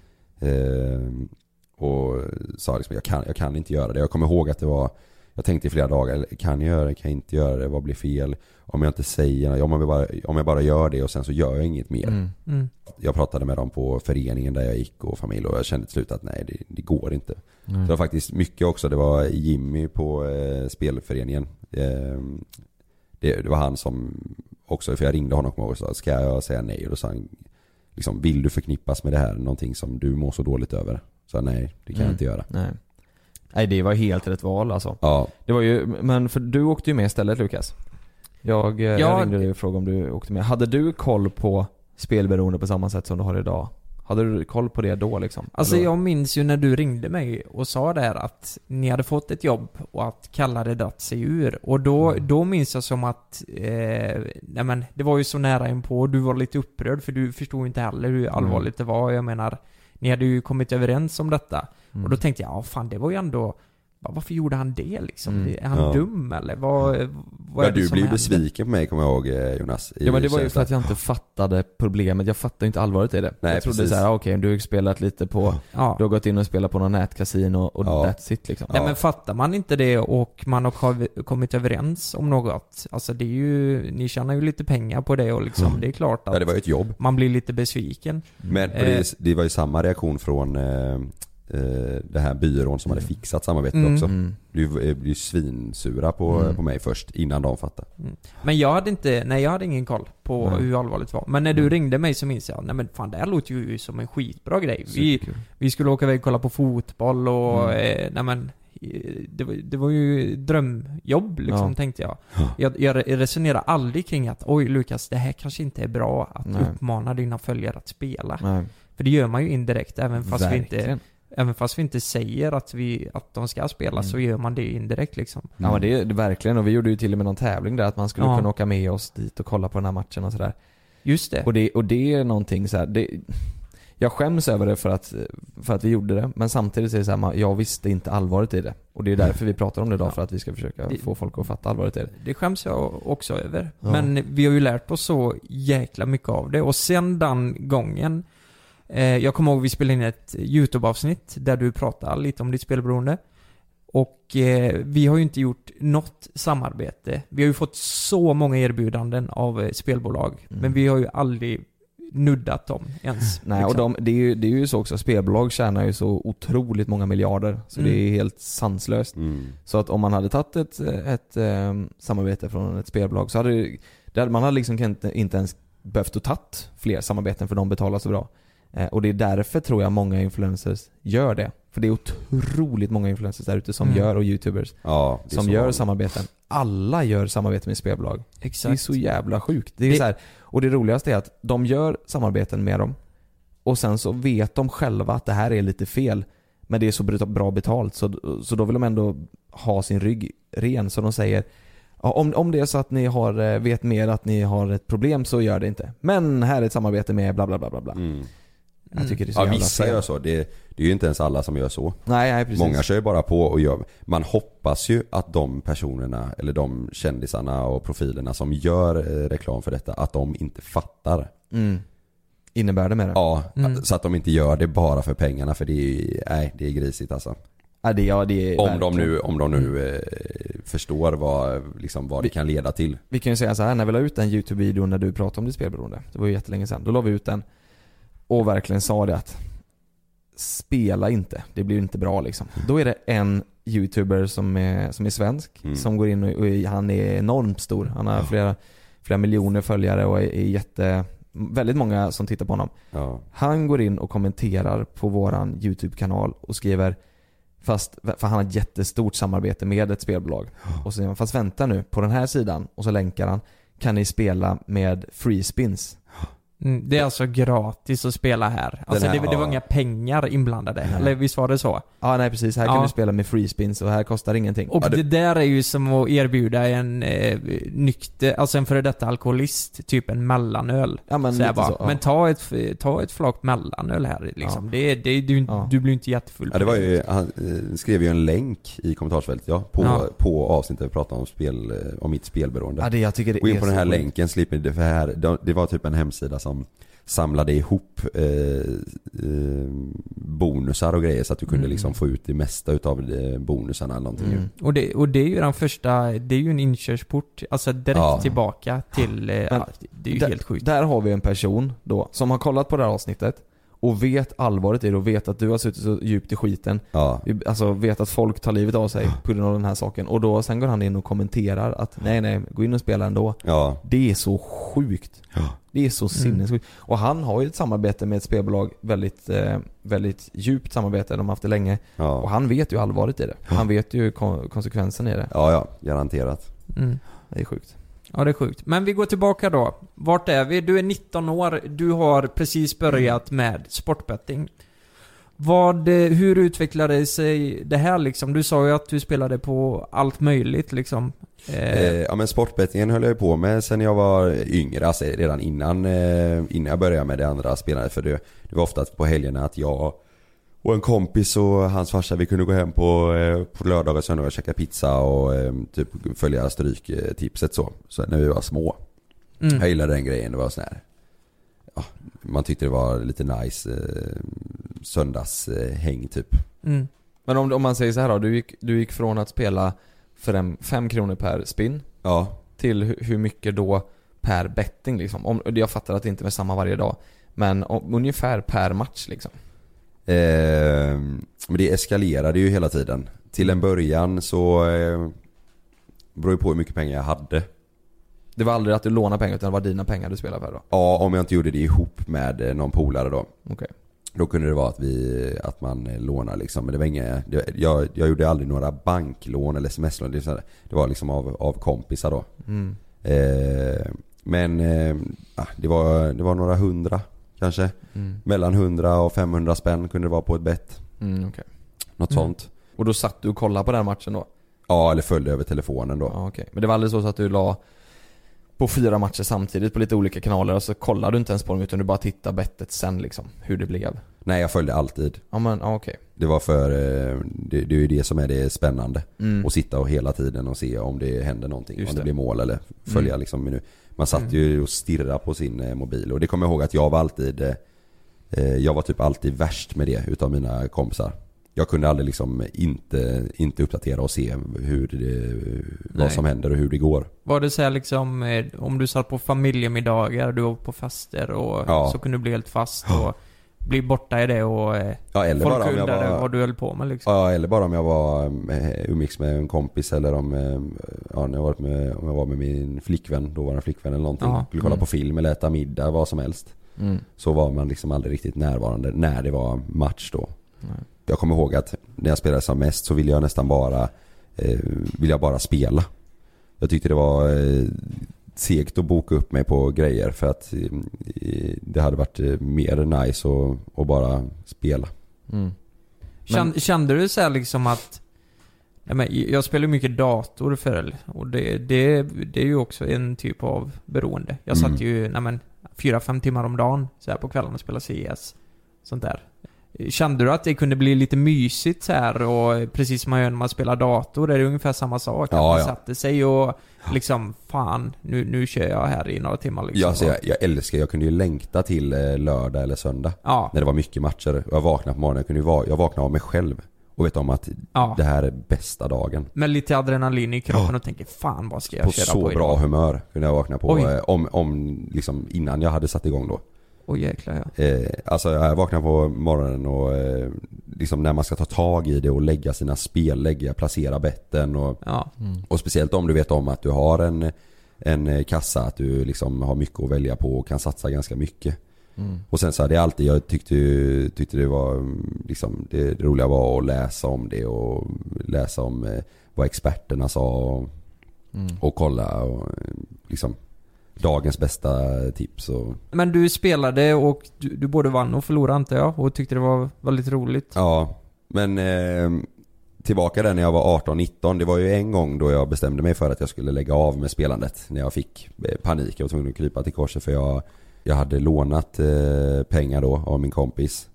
Och sa liksom, jag kan inte göra det. Jag kommer ihåg att det var, jag tänkte i flera dagar, kan jag göra det, kan jag inte göra det, vad blir fel? Om jag inte säger, om jag bara gör det och sen så gör jag inget mer. Jag pratade med dem på föreningen där jag gick och familj, och jag kände till slut att nej, det går inte. Det var faktiskt mycket också, det var Jimmy på spelföreningen. Det var han som också, för jag ringde honom och sa, ska jag säga nej? Och då sa han, liksom, vill du förknippas med det här, någonting som du mår så dåligt över? Så nej, det kan jag inte göra. Nej, det var helt rätt val alltså. Ja. Det var ju, men för du åkte ju med istället, Lukas. Jag ringde dig och frågade om du åkte med. Hade du koll på spelberoende på samma sätt som du har idag? Hade du koll på det då liksom? Alltså jag minns ju när du ringde mig och sa där att ni hade fått ett jobb och att Kalle hade dratt sig ur. Och då minns jag som att nej men, det var ju så nära in på, och du var lite upprörd för du förstod inte heller hur allvarligt det var. Jag menar, ni hade ju kommit överens om detta. Och då tänkte jag, ja fan, det var ju ändå, varför gjorde han det liksom? Är han dum eller? Vad är det du som blev hände? besviken på mig, kommer jag ihåg, Jonas. Ja, men det var ju för att jag inte fattade problemet. Jag fattade inte allvaret i det. Nej, jag trodde precis. såhär, okej, du har spelat lite på, du har gått in och spelat på någon nätkasino och that's it liksom. Nej, men fattar man inte det och man har kommit överens om något, alltså det är ju, ni tjänar ju lite pengar på det och liksom, det är klart att det var ju ett jobb. Man blir lite besviken. Men det var ju samma reaktion från det här byrån som hade fixat samarbetet också. Du blev ju svinsura på mig först innan de fattade. Men jag hade ingen koll på hur allvarligt det var. Men när du ringde mig så minns jag, nej men fan, det här låter ju som en skitbra grej. Vi skulle åka iväg och kolla på fotboll och nej men det var ju drömjobb liksom, tänkte jag. Jag resonerar aldrig kring att oj Lukas, det här kanske inte är bra att uppmana dina följare att spela. För det gör man ju indirekt, även fast vi inte säger att de ska spela, så gör man det indirekt liksom. Ja, men det är verkligen, och vi gjorde ju till och med någon tävling där att man skulle kunna åka med oss dit och kolla på den här matchen och sådär. Just det. Och det är någonting så här, jag skäms över det för att vi gjorde det. Men samtidigt är det så här, jag visste inte allvaret i det. Och det är därför vi pratar om det idag, för att vi ska försöka få folk att fatta allvaret i det. Det skäms jag också över. Ja. Men vi har ju lärt oss så jäkla mycket av det. Och sen den gången, jag kommer ihåg vi spelade in ett YouTube-avsnitt där du pratade lite om ditt spelberoende. Och vi har ju inte gjort något samarbete. Vi har ju fått så många erbjudanden av spelbolag. Men vi har ju aldrig nuddat dem ens. Nej, liksom. och det är ju så också. Spelbolag tjänar ju så otroligt många miljarder. Så det är helt sanslöst. Så att om man hade tagit ett samarbete från ett spelbolag så hade man hade liksom inte ens behövt att tatt fler samarbeten, för de betalar så bra. Och det är därför tror jag många influencers gör det. För det är otroligt många influencers där ute som gör, och youtubers som gör samarbeten. Alla gör samarbete med spelbolag. Exakt. Det är så jävla sjukt. Det är så här, och det roligaste är att de gör samarbeten med dem, och sen så vet de själva att det här är lite fel, men det är så bra betalt, så då vill de ändå ha sin rygg ren. Så de säger, om det är så att ni vet mer att ni har ett problem, så gör det inte. Men här är ett samarbete med bla bla bla bla bla. Jag tycker det är så jävla vissa fel. gör så. Det är ju inte ens alla som gör så. Nej, precis. Många kör ju bara på och gör. Man hoppas ju att de personerna, eller de kändisarna och profilerna som gör reklam för detta, att de inte fattar. Innebär det med det? Ja, så att de inte gör det bara för pengarna, för det är grisigt alltså. Ja, det är om de nu förstår vad det kan leda till. Vi kan ju säga så här, när vi la ut en YouTube-video när du pratade om ditt spelberoende, det var ju jättelänge sedan, då la vi ut den och verkligen sa det att spela inte, det blir inte bra liksom. Då är det en YouTuber som är svensk, som går in och han är enormt stor. Han har flera miljoner följare och är väldigt många som tittar på honom. Ja. Han går in och kommenterar på våran YouTube-kanal och skriver, för han har ett jättestort samarbete med ett spelbolag. Och så säger man, fast vänta nu, på den här sidan, och så länkar han, kan ni spela med free spins. Det är alltså gratis att spela här. Alltså det var inga pengar inblandade. Eller visst var det så? Ja, nej precis. Här kan du spela med free spins och här kostar ingenting. Och det där är ju som att erbjuda en nykter, alltså en före detta alkoholist, typ en mellanöl. Ja, men så bara, men ta ett flak mellanöl här liksom. Du blir inte jättefull. Ja, det var ju, han skrev ju en länk i kommentarsfältet på avsnittet vi pratade om mitt spelberoende. Ja, jag tycker det gå in på den här sjukt. länken, slipper det, för här det var typ en hemsida som samlade ihop bonusar och grejer så att du kunde liksom få ut det mesta utav bonusarna eller någonting. Och det är ju den första, det är ju en inkörsport, alltså direkt tillbaka till det är ju helt sjukt. Där har vi en person då som har kollat på det här avsnittet och vet allvaret i det och vet att du har suttit så djupt i skiten. Alltså vet att folk tar livet av sig på grund av den här saken. Och då sen går han in och kommenterar att nej, gå in och spela ändå. Det är så sjukt. Det är så sinnessjukt. Och han har ju ett samarbete med ett spelbolag, väldigt, väldigt djupt samarbete. De har haft det länge. Och han vet ju allvaret i det. Han vet ju konsekvensen i det. Ja, garanterat. Det är sjukt. Ja, det är sjukt. Men vi går tillbaka då. Vart är vi? Du är 19 år. Du har precis börjat med sportbetting. Hur utvecklade sig det här liksom? Du sa ju att du spelade på allt möjligt liksom. Ja, men sportbettingen höll jag på med sen jag var yngre, alltså redan innan jag började med det andra spelandet. För det var ofta på helgerna att jag och en kompis och hans farsa, vi kunde gå hem på lördagar och söndagar och käka pizza och typ följa stryktipset så när vi var små. Jag gillade den grejen, det var sån här. Ja, man tyckte det var lite nice söndagshäng typ. Men om man säger så här då, du gick från att spela för 5 kronor per spin till hur mycket då per betting liksom. Jag fattar att det inte är samma varje dag, men ungefär per match liksom. Men det eskalerade ju hela tiden. Till en början så beror på hur mycket pengar jag hade. Det var aldrig att du lånade pengar, utan det var dina pengar du spelade för då? Ja, om jag inte gjorde det ihop med någon polare då. Okay. Då kunde det vara att man lånar liksom. Men det var inga, jag gjorde aldrig några banklån eller sms-lån. Det var liksom av kompisar då. Men det var några hundra kanske. Mellan 100 och 500 spänn kunde det vara på ett bett. Okay. Något sånt. Och då satt du och kollade på den matchen då? Ja, eller följde över telefonen då. Okay. Men det var aldrig så att du la på 4 matcher samtidigt på lite olika kanaler, och så kollar du inte ens på dem utan du bara tittar bettet sen liksom, hur det blev. Nej, jag följde alltid. Ja men okej. Det var för det är ju det som är det spännande. Att sitta och hela tiden och se om det händer någonting. Just om det det. blir mål eller följa liksom nu. Man satt ju och stirrade på sin mobil. Och det kommer jag ihåg att jag var alltid jag var typ alltid värst med det utav mina kompisar. Jag kunde aldrig liksom inte uppdatera och se vad som händer och hur det går. Var det så här liksom, om du satt på familjemiddagar, du var på fester och så kunde du bli helt fast och bli borta i det och eller folk bara om jag undrade var, vad du höll på med liksom. Ja, eller bara om jag var umix med en kompis eller om när jag var med min flickvän, då var det en flickvän eller någonting. Skulle kolla på film eller äta middag, vad som helst. Så var man liksom aldrig riktigt närvarande när det var match då. Jag kommer ihåg att när jag spelade som mest så ville jag nästan bara spela. Jag tyckte det var segt att boka upp mig på grejer för att det hade varit mer nice att bara spela. Kände du så här liksom att jag spelar mycket dator förr och det är ju också en typ av beroende. Jag satt ju 4-5 timmar om dagen så här på kvällen och spelade CS sånt där. Kände du att det kunde bli lite mysigt så här, och precis som man gör när man spelar dator, är det ungefär samma sak? Man satte sig och liksom, fan, nu kör jag här i några timmar liksom. Ja, alltså, jag kunde ju längta till lördag eller söndag när det var mycket matcher. Jag vaknade på morgonen, jag vaknade av mig själv och vet om att det här är bästa dagen. Med lite adrenalin i kroppen och tänker, fan, vad ska jag köra på så bra humör kunde jag vakna på om liksom innan jag hade satt igång då. Jäklar, alltså jag vaknar på morgonen och liksom när man ska ta tag i det och lägga sina spel, placera betten och speciellt om du vet om att du har en kassa, att du liksom har mycket att välja på och kan satsa ganska mycket. Och sen så hade jag alltid, jag tyckte det var liksom det roliga var att läsa om det och läsa om vad experterna sa och kolla och liksom dagens bästa tips och... Men du spelade och du både vann och förlorade, antar jag, och tyckte det var väldigt roligt. Ja, men tillbaka där när jag var 18-19, det var ju en gång då jag bestämde mig för att jag skulle lägga av med spelandet när jag fick panik. Jag var tvungen att krypa till korset för jag hade lånat pengar då av min kompis.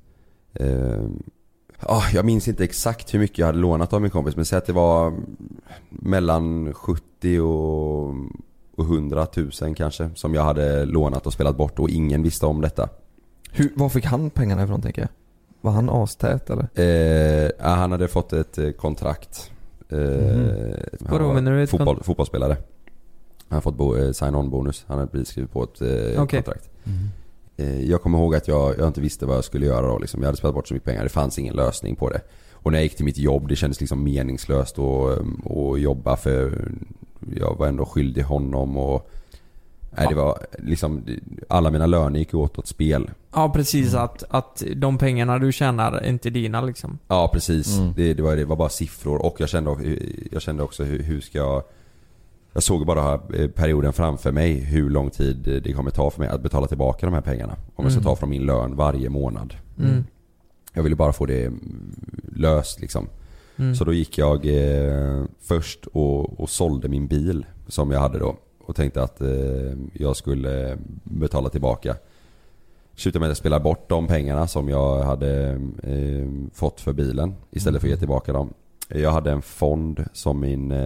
Jag minns inte exakt hur mycket jag hade lånat av min kompis, men säg att det var mellan 70 och 100 000 kanske som jag hade lånat och spelat bort och ingen visste om detta. Var fick han pengarna ifrån, tänker jag? Var han astät eller? Han hade fått ett kontrakt. Fotbollsspelare. Han hade fått sign-on-bonus. Han hade blivit skrivit på ett kontrakt. Jag kommer ihåg att jag inte visste vad jag skulle göra då. Liksom. Jag hade spelat bort så mycket pengar. Det fanns ingen lösning på det. Och när jag gick till mitt jobb, det kändes liksom meningslöst att jobba, för jag var ändå skyldig honom och det var liksom alla mina löner gick åt spel. Ja, precis, att de pengarna du tjänar är inte dina liksom. Ja, precis. Det var bara siffror och jag kände också hur ska jag såg bara perioden framför mig, hur lång tid det kommer ta för mig att betala tillbaka de här pengarna om jag ska ta från min lön varje månad. Jag ville bara få det löst liksom. Så då gick jag först och sålde min bil som jag hade då och tänkte att jag skulle betala tillbaka. Slutade med att jag spelade bort de pengarna som jag hade fått för bilen istället för att ge tillbaka dem. Jag hade en fond som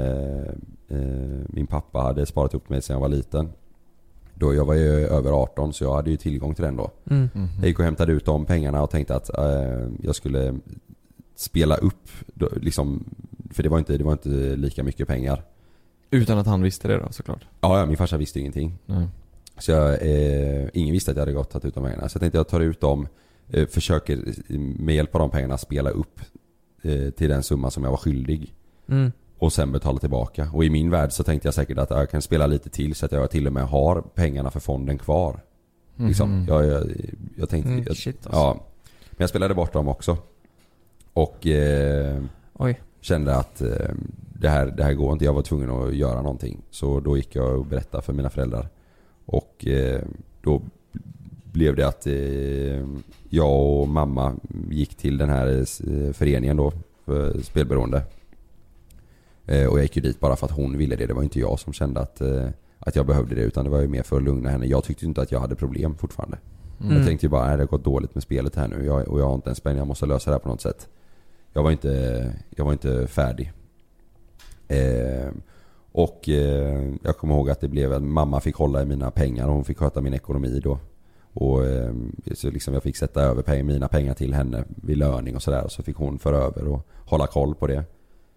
min pappa hade sparat upp med sedan jag var liten. Då jag var ju över 18 så jag hade ju tillgång till den då. Jag gick och hämtade ut de pengarna och tänkte att jag skulle spela upp liksom, för det var inte lika mycket pengar. Utan att han visste det då, såklart. Ja, min farsa visste ingenting. Så ingen visste att jag hade gått att ut de pengarna. Så jag tänkte jag tar ut dem, försöker med hjälp av de pengarna spela upp till den summa som jag var skyldig. Och sen betala tillbaka. Och i min värld så tänkte jag säkert att jag kan spela lite till så att jag till och med har pengarna för fonden kvar. Liksom. Jag tänkte shit, alltså. Ja. Men jag spelade bort dem också. Och kände att det här går inte. Jag var tvungen att göra någonting. Så då gick jag och berättade för mina föräldrar. Och då blev det att jag och mamma gick till den här föreningen då för spelberoende. Och jag gick ju dit bara för att hon ville det. Det var inte jag som kände att att jag behövde det, utan det var ju mer för att lugna henne. Jag tyckte inte att jag hade problem fortfarande. Jag tänkte ju bara, det har gått dåligt med spelet här nu. Jag har inte en spänn, jag måste lösa det här på något sätt. Jag var inte färdig. Jag kommer ihåg att det blev att mamma fick hålla i mina pengar och hon fick sköta min ekonomi då. Och så liksom jag fick sätta över mina pengar till henne vid löning och sådär. Så fick hon föra över och hålla koll på det.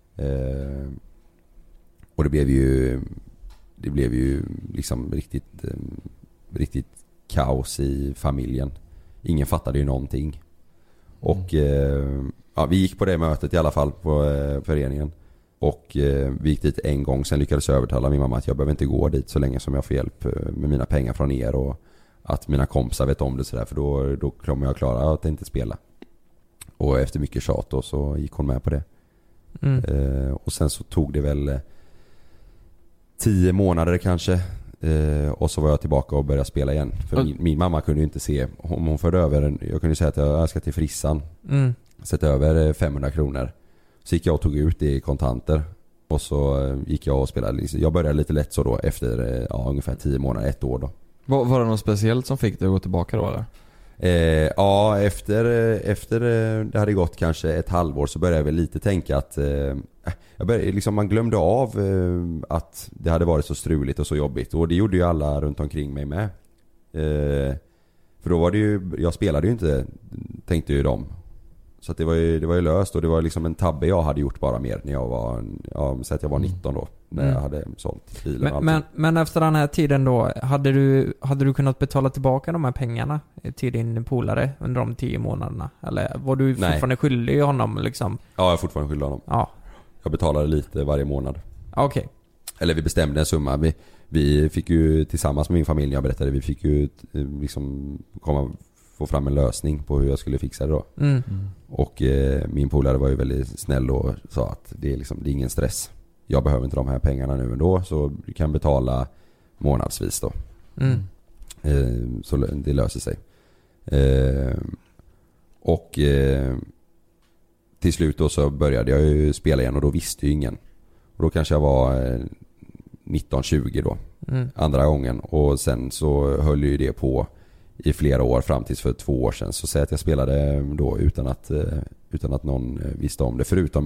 Och det blev ju liksom riktigt kaos i familjen. Ingen fattade ju någonting. Och vi gick på det mötet i alla fall på föreningen. Och vi gick dit en gång. Sen lyckades jag övertala min mamma att jag behöver inte gå dit så länge som jag får hjälp med mina pengar från er. Och att mina kompisar vet om det sådär. För då kommer jag klara att inte spela. Och efter mycket tjat då, så gick hon med på det. Och sen så tog det väl 10 månader kanske. Och så var jag tillbaka och började spela igen. För min mamma kunde ju inte se. Om hon förde över jag kunde säga att jag ska till frissan. Sätta över 500 kronor. Så gick jag och tog ut det i kontanter. Och så gick jag och spelade. Jag började lite lätt så då. Efter ungefär 10 månader, 1 år då. Var det något speciellt som fick dig att gå tillbaka då eller? Efter det hade gått kanske ett halvår så började jag väl lite tänka att man glömde av att det hade varit så struligt och så jobbigt. Och det gjorde ju alla runt omkring mig med. För då var det ju, jag spelade ju inte, tänkte ju de. Så att det var ju löst, och det var liksom en tabbe jag hade gjort bara mer när jag var, så att jag var 19 då, när jag hade sålt bilen. Men efter den här tiden då, hade du kunnat betala tillbaka de här pengarna till din polare under de 10 månaderna? Eller var du fortfarande skyldig honom liksom? Ja, jag är fortfarande skyldig honom. Ja. Jag betalade lite varje månad. Okej. Okay. Eller vi bestämde en summa. Vi fick ju tillsammans med min familj, jag berättade, vi fick ju liksom få fram en lösning på hur jag skulle fixa det då. Och min polare var ju väldigt snäll och sa att det är ingen stress. Jag behöver inte de här pengarna nu ändå, så du kan betala månadsvis då. Så det löser sig. Och till slut då så började jag ju spela igen, och då visste ju ingen. Och då kanske jag var 19-20 då. Andra gången. Och sen så höll ju det på i flera år fram tills för 2 år sedan. Så säg att jag spelade då utan att någon visste om det. Förutom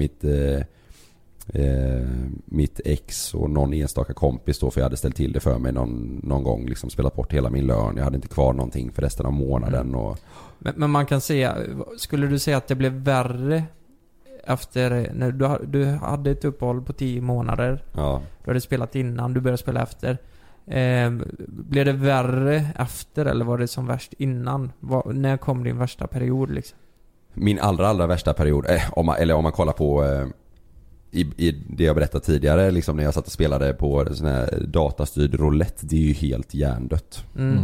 mitt ex och någon enstaka kompis då, för jag hade ställt till det för mig någon gång, liksom spelat bort hela min lön. Jag hade inte kvar någonting för resten av månaden. Men man kan säga, skulle du säga att det blev värre efter när du hade ett uppehåll på 10 månader? Ja. Du hade spelat innan, du började spela efter. Blev det värre efter, eller var det som värst innan? När kom din värsta period liksom? Min allra värsta period, om man kollar på i det jag berättade tidigare, liksom när jag satt och spelade på sån här datastyrd roulette, det är ju helt hjärndött.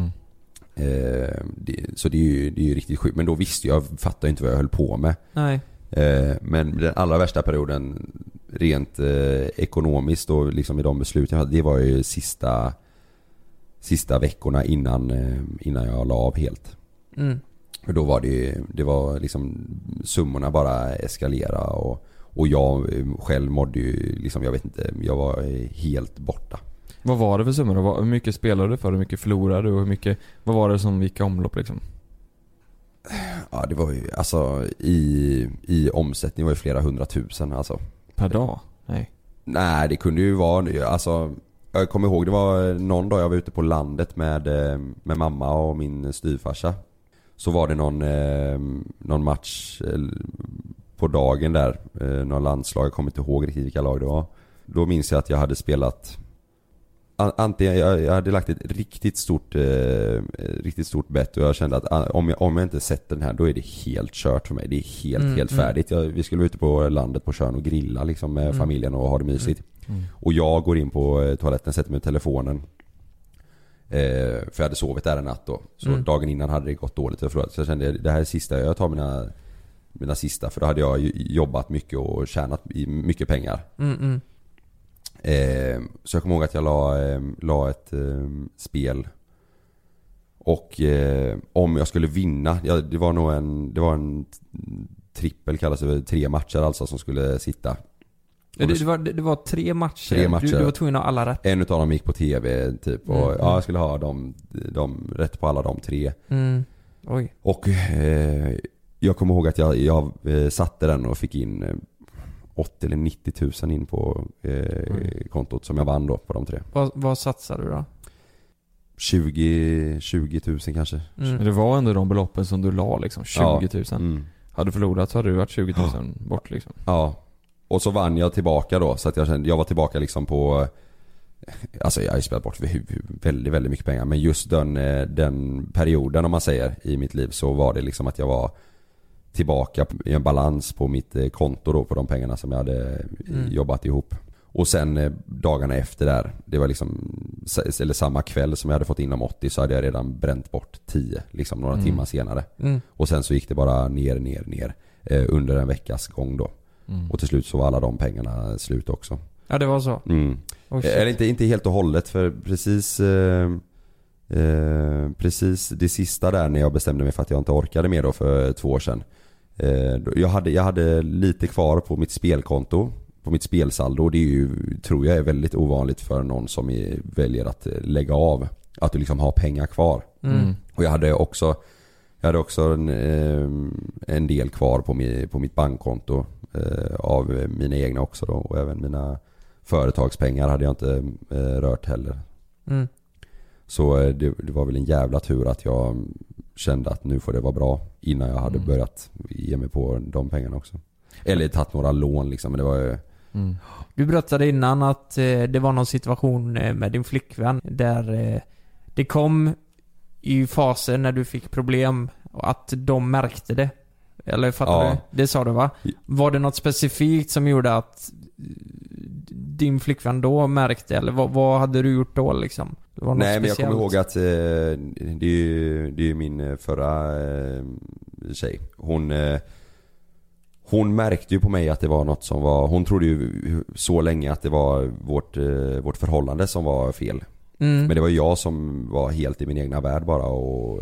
Så det är ju riktigt sjukt. Men då visste jag fattade inte vad jag höll på med. Nej. Men den allra värsta perioden rent ekonomiskt och liksom i de beslut jag hade, det var ju sista veckorna innan jag la av helt. För då var det var liksom summorna bara eskalera, och jag själv mådde ju liksom, jag vet inte, jag var helt borta. Vad var det för summor? Hur mycket spelade du för? Hur mycket förlorade du? Och vad var det som gick i omlopp liksom? Ja, det var ju alltså i omsättning var ju flera 100 000 alltså. Per dag? Nej, det kunde ju vara alltså, jag kommer ihåg det var någon dag jag var ute på landet med mamma och min styvfarsa. Så var det någon match på dagen där, någon landslag, jag kommer inte ihåg riktigt vilka lag det var. Då minns jag att jag hade spelat antingen jag hade lagt ett riktigt stort bett, och jag kände att om jag inte sett den här, då är det helt kört för mig. Det är helt färdigt. Vi skulle vara ute på landet på sjön och grilla liksom med familjen och ha det mysigt. Och jag går in på toaletten, sätter mig med telefonen. För jag hade sovit där en natt då. Så dagen innan hade det gått dåligt. Så jag kände, det här är sista, jag tar mina sista. För då hade jag jobbat mycket och tjänat mycket pengar. Så jag kommer ihåg att jag la ett spel. Och om jag skulle vinna, det var en trippel, kallas det, 3 matcher alltså som skulle sitta. Det var 3 matcher. 3 matcher. Du var tvungen att ha alla rätt. En utav dem gick på tv typ. Och jag skulle ha de rätt på alla de 3. Oj. Och jag kommer ihåg att jag satte den och fick in 80 eller 90 000 in på kontot som jag vann då på de 3. Vad satsade du då? 20 000 kanske. Men det var ändå de beloppen som du la liksom, 20 000. Hade du förlorat så hade du varit 20 000 bort liksom. Ja. Och så vann jag tillbaka då, så att jag var tillbaka liksom på, alltså jag har ju spelat bort väldigt, väldigt mycket pengar, men just den perioden om man säger i mitt liv, så var det liksom att jag var tillbaka i en balans på mitt konto då, på de pengarna som jag hade jobbat ihop. Och sen dagarna efter där, det var liksom, eller samma kväll som jag hade fått in om 80, så hade jag redan bränt bort 10 liksom några timmar senare. Och sen så gick det bara ner under en veckas gång då. Och till slut så var alla de pengarna slut också. Ja, det var så. Eller inte helt och hållet, för precis det sista där när jag bestämde mig för att jag inte orkade mer då för 2 år sedan. Jag hade lite kvar på mitt spelkonto, på mitt spelsaldo. Det är ju, tror jag är väldigt ovanligt för någon som väljer att lägga av, att du liksom har pengar kvar. Och jag hade också en del kvar på mitt bankkonto av mina egna också då, och även mina företagspengar hade jag inte rört heller. Så det var väl en jävla tur att jag kände att nu får det vara bra innan jag hade börjat ge mig på de pengarna också. Eller tagit några lån liksom, men det var ju... Du berättade innan att det var någon situation med din flickvän där det kom i faser när du fick problem och att de märkte det. Eller fattar du? Det sa du, va? Var det något specifikt som gjorde att din flickvän då märkte, eller vad hade du gjort då liksom? Det var något Nej, speciellt. men jag kommer ihåg att det är min förra tjej. Hon märkte ju på mig att det var något som var... Hon trodde ju så länge att det var vårt förhållande som var fel. Men det var jag som var helt i min egna värld bara och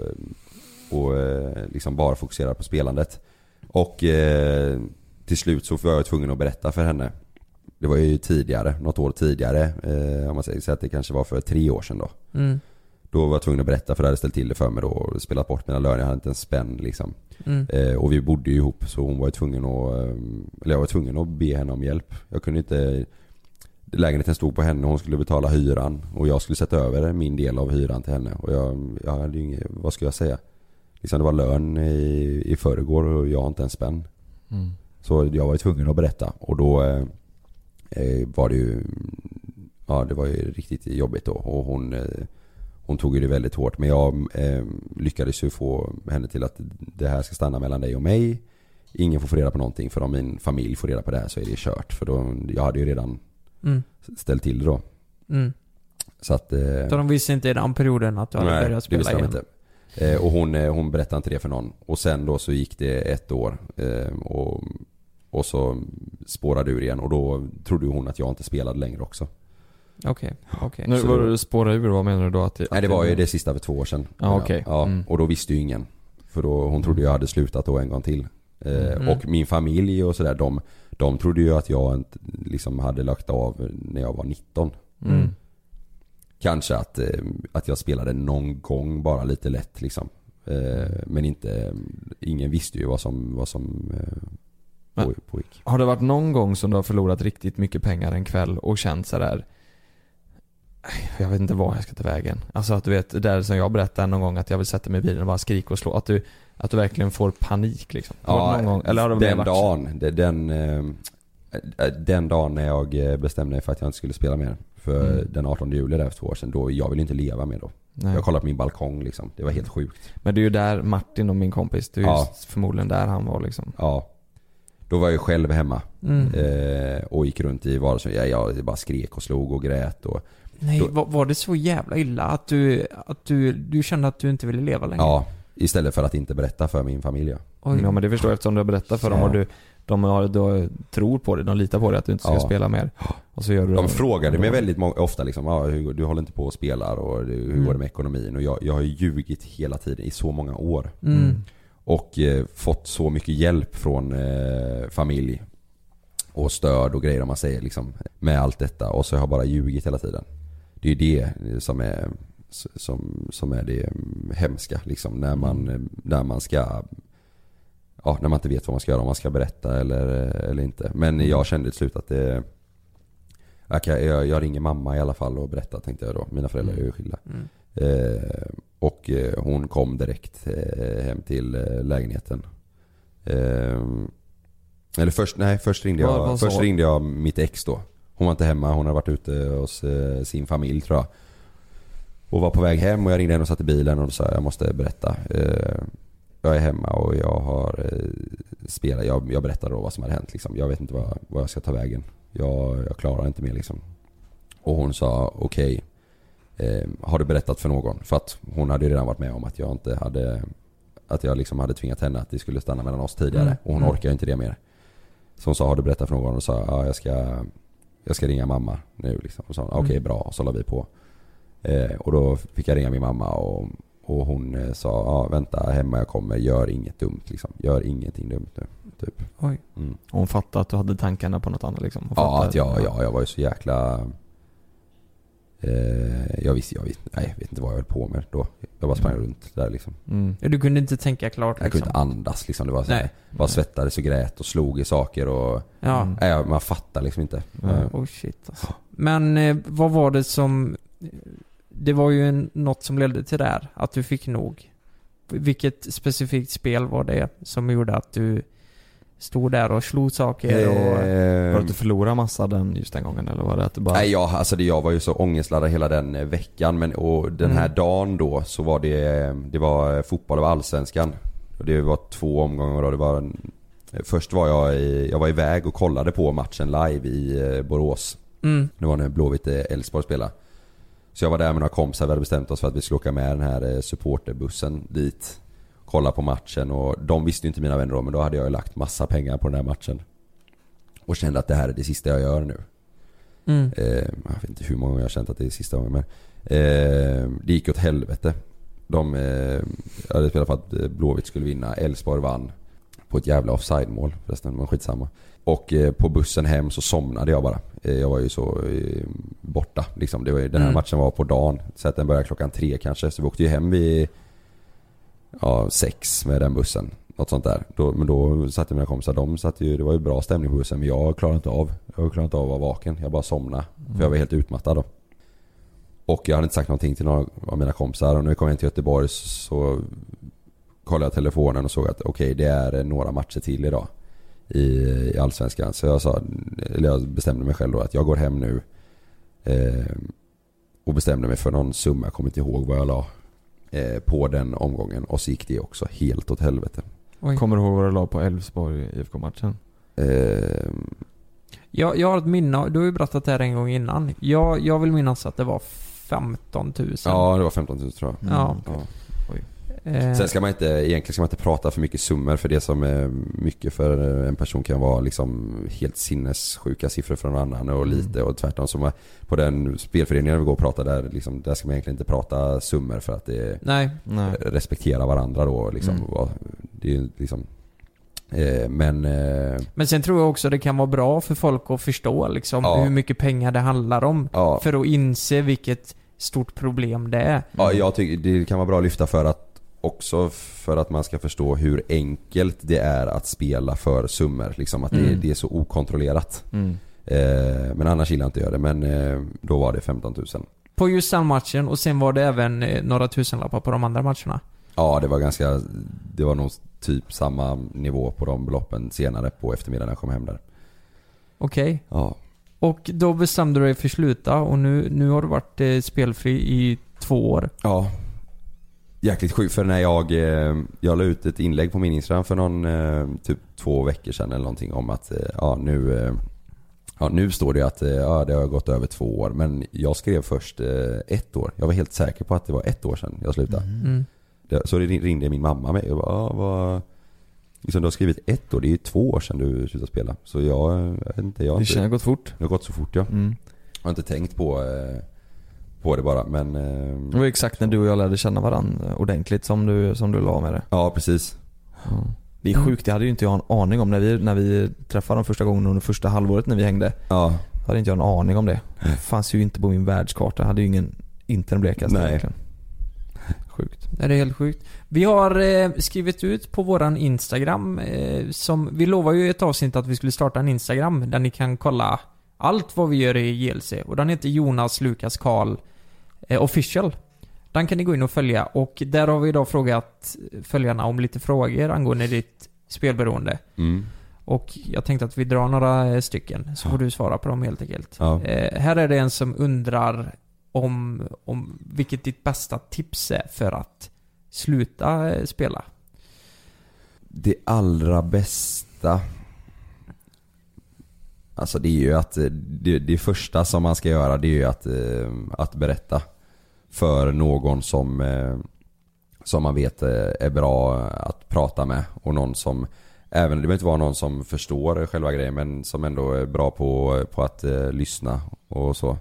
liksom bara fokuserade på spelandet. Och till slut så var jag tvungen att berätta för henne. Det var ju tidigare, något år tidigare, om man säger så att det kanske var för 3 år sedan då. Då var jag tvungen att berätta, för jag hade ställt till det för mig då och spelat bort mina löner. Jag hade inte en spänn liksom. Och vi bodde ju ihop, så hon var ju tvungen jag var tvungen att be henne om hjälp. Jag kunde inte... Lägenheten stod på henne och hon skulle betala hyran, och jag skulle sätta över min del av hyran till henne. Och jag hade ju inget, vad ska jag säga? Liksom det var lön i förrgår och jag har inte en spänn. Så jag var ju tvungen att berätta. Och då var det ju... Ja, det var ju riktigt jobbigt då. Och hon tog ju det väldigt hårt. Men jag lyckades ju få henne till att det här ska stanna mellan dig och mig. Ingen får reda på någonting. För om min familj får reda på det här så är det kört. För då, jag hade ju redan ställt till det då. Så att... Så de visste inte i den perioden att du hade börjat spela igen? Inte. Och hon berättade inte det för någon. Och sen då så gick det 1 år. Och så spårade ur igen. Och då trodde hon att jag inte spelade längre också. Okej. Nu var du spåra ur, vad menar du då? Nej, det var ju det sista för 2 år sedan. Och då visste ju ingen. För då hon trodde jag hade slutat då en gång till. Och min familj och sådär, de trodde ju att jag liksom hade lagt av när jag var 19. Kanske att jag spelade någon gång bara lite lätt liksom. Men ingen visste ju vad som pågick. Har det varit någon gång som du har förlorat riktigt mycket pengar en kväll och känt så där, jag vet inte vad jag ska ta vägen? Alltså att du vet, där som jag berättade någon gång, att jag vill sätta mig i bilen och bara skrika och slå, att du verkligen får panik liksom. Någon gång, eller har det den dagen när jag bestämde mig för att jag inte skulle spela mer, för den 18 juli där för 2 år sedan, då jag ville inte leva mer då. Nej. Jag kollade på min balkong liksom. Det var helt sjukt. Men det är ju där Martin och min kompis, det är just förmodligen där han var liksom. Ja. Då var jag själv hemma och gick runt i vardagsrummet. Jag bara skrek och slog och grät och... Nej, var det så jävla illa att du kände att du inte ville leva längre? Ja, istället för att inte berätta för min familj. Ja, men det förstår jag, eftersom du har berättat för dem och de tror på det, de litar på det att du inte ska spela mer. Och så gör du de frågade mig väldigt ofta liksom, du håller inte på och spelar och hur går det med ekonomin? Och jag har ljugit hela tiden i så många år. Och fått så mycket hjälp från familj. och stöd och grejer om man säger liksom, med allt detta. Och så har jag bara ljugit hela tiden. Det är ju det som är det hemska liksom, när man ska, ja, när man inte vet vad man ska göra, om man ska berätta eller inte. Men jag kände till slut att jag ringer mamma i alla fall och berättar, tänkte jag då. Mina föräldrar är ju skilda. Och hon kom direkt hem till lägenheten. Eller först ringde jag mitt ex då. Hon var inte hemma, hon hade varit ute hos sin familj tror jag. Och var på väg hem och jag ringde henne och satt i bilen och då sa jag måste berätta. Jag är hemma och jag har spelat. Jag berättade då vad som hade hänt liksom. Jag vet inte vad jag ska ta vägen. Jag klarar inte mer liksom. Och hon sa okej. Har du berättat för någon? För att hon hade ju redan varit med om att jag inte hade, att jag liksom hade tvingat henne att det skulle stanna mellan oss tidigare. Och hon orkar ju inte det mer. Så hon sa, har du berättat för någon? Och sa, ja, jag ska ringa mamma nu liksom. Och sa, okej, bra. Och så la vi på. Och då fick jag ringa min mamma och hon sa, ja, vänta hemma, jag kommer, gör inget dumt liksom. Gör ingenting dumt nu typ. Oj. Och hon fattade att du hade tankarna på något annat liksom. Ja, att jag var ju så jäkla jag vet inte vad jag höll på med då. Jag bara sprang runt där liksom. Du kunde inte tänka klart liksom. Jag kunde inte andas liksom. Det var så här, bara svettades och grät och slog i saker och man fattar liksom inte. Oh shit alltså. Men vad var det som, det var ju något som ledde till det här, att du fick nog. Vilket specifikt spel var det som gjorde att du stod där och slog saker och var det att du förlorade massa just den gången, eller var det att du bara... Nej, jag var ju så ångestladdad hela den veckan, och den här dagen då så var det var fotboll av Allsvenskan. Och det var 2 omgångar då. Det var först var jag var iväg och kollade på matchen live i Borås. Det var när Blåvitt Elfsborg spelade. Så jag var där med några kompisar, vi hade bestämt oss för att vi skulle åka med den här supporterbussen dit, kolla på matchen, och de visste ju inte, mina vänner då, men då hade jag lagt massa pengar på den här matchen och kände att det här är det sista jag gör nu. Jag vet inte hur många gånger jag känt att det är sista gången, men det gick åt helvete. De hade spelat för att Blåvitt skulle vinna, Elfsborg vann på ett jävla offside-mål förresten, men skitsamma. Och på bussen hem så somnade jag bara. Jag var ju så borta liksom. Det var ju, den här matchen var på dagen, så att den började 3:00 kanske, så vi åkte ju hem vid 6 med den bussen, något sånt där. Men då satt mina kompisar, det var ju bra stämning på bussen, men jag klarade inte av att vara vaken. Jag bara somnade, för jag var helt utmattad då. Och jag hade inte sagt någonting till några av mina kompisar, och när jag kom hem till Göteborg så kollade jag telefonen och såg att okej, det är några matcher till idag i Allsvenskan. Så jag bestämde mig själv då att jag går hem nu, och bestämde mig för någon summa, jag kommer inte ihåg vad jag la på den omgången, och så gick det också helt åt helvete. Oj. Kommer du ihåg vad du la på Elfsborg IFK-matchen? Jag har ett minne, du har ju berättat det här en gång innan. Jag vill minnas att det var 15 000. Ja, det var 15 000 tror jag. Ja. Oj. Sen ska man inte prata för mycket summor, för det som är mycket för en person kan vara liksom helt sinnessjuka siffror för någon annan, och lite och tvärtom. Som på den spelföreningen vi går och pratar där, liksom, där ska man egentligen inte prata summor, för att det respektera varandra då liksom. Det är liksom men sen tror jag också det kan vara bra för folk att förstå liksom, hur mycket pengar det handlar om, för att inse vilket stort problem det är. Ja, jag tycker det kan vara bra att lyfta, för att man ska förstå hur enkelt det är att spela för summor liksom, att det är så okontrollerat. Men annars gillar jag inte göra det, men då var det 15 000 på just den matchen, och sen var det även några tusenlappar på de andra matcherna. Ja, det var nog typ samma nivå på de beloppen senare på eftermiddagen när jag kom hem där. Okej. Ja. Och då bestämde du dig för sluta, och nu har du varit spelfri i 2 år. Ja. Jäkligt sjukt, för när jag la ut ett inlägg på min Instagram för någon typ 2 veckor sedan eller någonting, om att nu står det att det har gått över 2 år, men jag skrev först 1 år. Jag var helt säker på att det var 1 år sedan jag slutade. Så ringde min mamma mig och bara, liksom, du har skrivit 1 år, det är ju 2 år sedan du slutade spela. Så jag vet inte, det har gått fort. Det har gått så fort, ja. Jag har inte tänkt på det bara, men det var exakt när du och jag lärde känna varandra ordentligt som du la med det. Ja, precis. Det är sjukt, det hade ju inte jag en aning om när vi träffade dem första gången under första halvåret när vi hängde. Ja. Hade inte jag en aning om det. Det fanns ju inte på min världskarta. Hade ju inte en blekaste. Nej. Egentligen. Sjukt. Det är helt sjukt. Vi har skrivit ut på våran Instagram vi lovar ju i ett avsnitt att vi skulle starta en Instagram där ni kan kolla allt vad vi gör i JLC. Och den heter Jonas Lukas Karl Official. Den kan ni gå in och följa. Och där har vi idag frågat följarna om lite frågor angående ditt spelberoende. Mm. Och jag tänkte att vi drar några stycken så får du svara på dem helt enkelt. Ja. Här är det en som undrar om vilket ditt bästa tips är för att sluta spela. Det allra bästa, alltså det är ju att det första som man ska göra, det är ju att berätta för någon som man vet är bra att prata med, och någon som, även det behöver inte vara någon som förstår själva grejen, men som ändå är bra på att lyssna och så.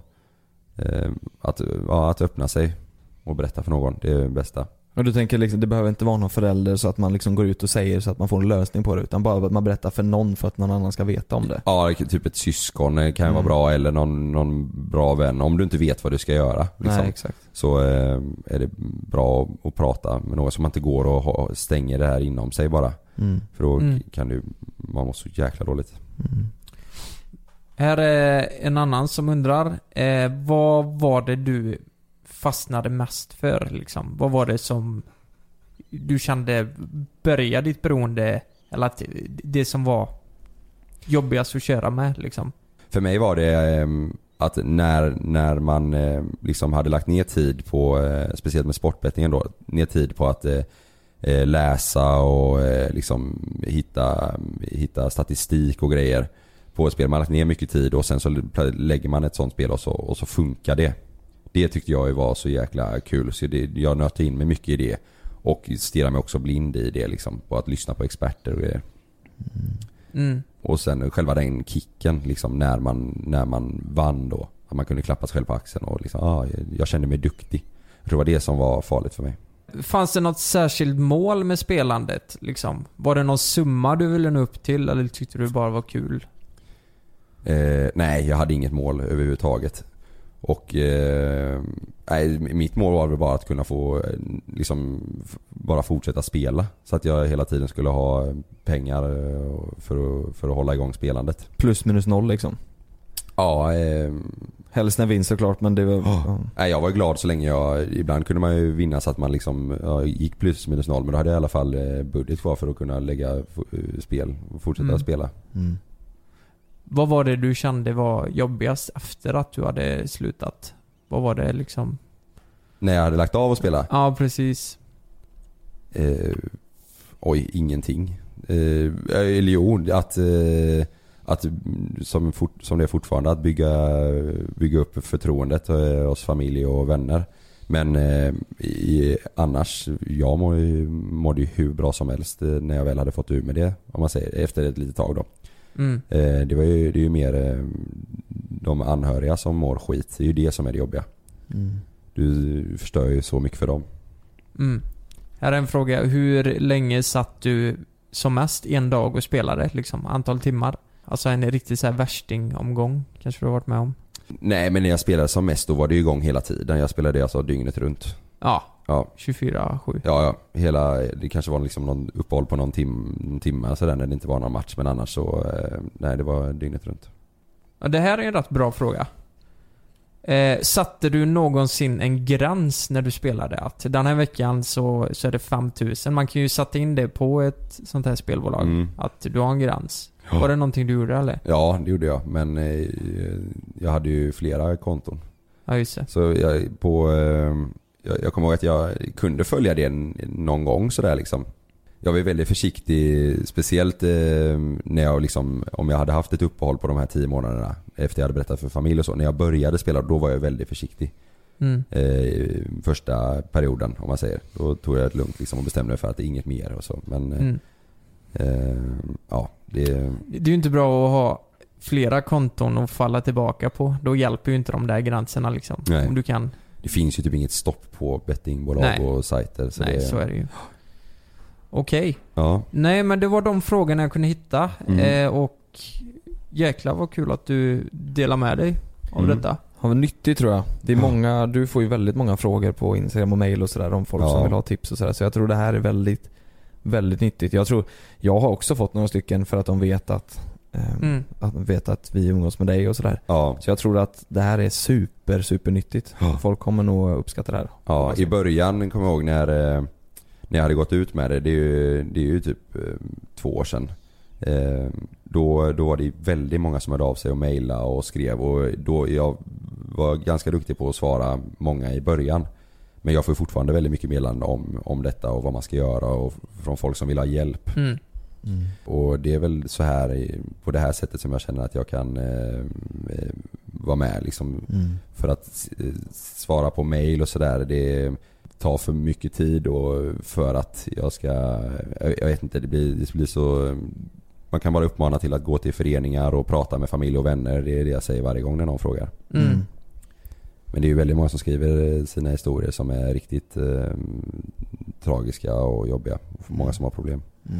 Att öppna sig och berätta för någon, det är det bästa. Och du tänker liksom, det behöver inte vara någon förälder så att man liksom går ut och säger så att man får en lösning på det, utan bara att man berättar för någon för att någon annan ska veta om det. Ja, typ ett syskon kan ju vara bra, eller någon bra vän. Om du inte vet vad du ska göra liksom, Nej, exakt. så är det bra att prata med någon, så man inte går och stänger det här inom sig bara. För då kan man må så jäkla dåligt. Här är en annan som undrar vad var det du fastnade mest för liksom? Vad var det som du kände började ditt beroende, eller att det som var jobbigast att köra med liksom? För mig var det att när man liksom hade lagt ner tid på, speciellt med sportbettingen då, ner tid på att läsa och liksom hitta statistik och grejer på ett spel. Man har lagt ner mycket tid och sen så lägger man ett sånt spel och så funkar det. Det tyckte jag var så jäkla kul, så jag nötte in mig mycket i det och stirrade mig också blind i det liksom, på att lyssna på experter och grejer. Och sen själva den kicken liksom, när man vann då, att man kunde klappa sig själv på axeln och liksom, jag kände mig duktig. Jag tror det var det som var farligt för mig. Fanns det något särskilt mål med spelandet liksom? Var det någon summa du ville nå upp till, eller tyckte du bara var kul? Nej, jag hade inget mål överhuvudtaget. Och mitt mål var väl bara att kunna få liksom bara fortsätta spela, så att jag hela tiden skulle ha pengar för att hålla igång spelandet. Plus minus noll liksom. Ja, helst när vinst såklart, men det var Nej, jag var glad så länge ibland kunde man ju vinna så att man liksom gick plus minus noll, men då hade jag i alla fall budget kvar för att kunna lägga spel och fortsätta spela. Vad var det du kände var jobbigast efter att du hade slutat? Vad var det liksom? När jag hade lagt av att spela? Ja, precis. Ingenting. Eller jo, att som det är fortfarande, att bygga upp förtroendet hos familj och vänner. Men annars, jag mådde ju hur bra som helst när jag väl hade fått ur med det, om man säger, efter ett litet tag då. Det är ju mer de anhöriga som mår skit. Det är ju det som är det jobbiga. Du förstör ju så mycket för dem. Här är en fråga. Hur länge satt du som mest en dag och spelade liksom? Antal timmar? Alltså en riktig så här värsting-omgång kanske du har varit med om? Nej, men när jag spelade som mest då var det ju igång hela tiden. Jag spelade alltså dygnet runt. Ja. 24/7. Ja, det kanske var liksom någon uppehåll på någon timme så där, när det inte var någon match, men annars så nej, det var dygnet runt. Ja, det här är en rätt bra fråga. Satte du någonsin en gräns när du spelade att den här veckan så är det 5000? Man kan ju sätta in det på ett sånt här spelbolag att du har en gräns. Var det någonting du gjorde eller? Ja, det gjorde jag, men jag hade ju flera konton. Ja, just det. Så jag kommer ihåg att jag kunde följa det någon gång sådär liksom. Jag var väldigt försiktig, speciellt när jag liksom, om jag hade haft ett uppehåll på de här 10 månaderna efter jag hade berättat för familj och så. När jag började spela, då var jag väldigt försiktig. Första perioden, om man säger. Då tog jag det lugnt liksom och bestämde mig för att det är inget mer och så. Men det är ju inte bra att ha flera konton att falla tillbaka på. Då hjälper ju inte de där gränserna liksom. Nej. Om du kan. Det finns ju typ inget stopp på bettingbolag och sajter. Så så är det ju. Okej. Ja. Nej, men det var de frågorna jag kunde hitta. Och jäklar vad kul att du delar med dig av detta. Ja, men nyttigt tror jag. Det är många, du får ju väldigt många frågor på Instagram och mail och sådär om folk som vill ha tips och sådär. Så jag tror det här är väldigt, väldigt nyttigt. Jag har också fått några stycken för att de vet att vi umgås med dig och sådär. Ja. Så jag tror att det här är super nyttigt. Folk kommer nog uppskatta det här. Ja, i början kommer jag ihåg när jag hade gått ut med det. Det är ju typ 2 år sedan. Då var det väldigt många som hörde av sig och mejlade och skrev, och då jag var ganska duktig på att svara många i början. Men jag får fortfarande väldigt mycket meddelande om detta och vad man ska göra, och från folk som vill ha hjälp. Och det är väl så här, på det här sättet som jag känner att jag kan vara med liksom. För att svara på mejl och sådär, det tar för mycket tid, och för att jag vet inte, det blir så. Man kan bara uppmana till att gå till föreningar och prata med familj och vänner. Det är det jag säger varje gång när någon frågar. Men det är ju väldigt många som skriver sina historier som är riktigt tragiska och jobbiga. Många som har problem.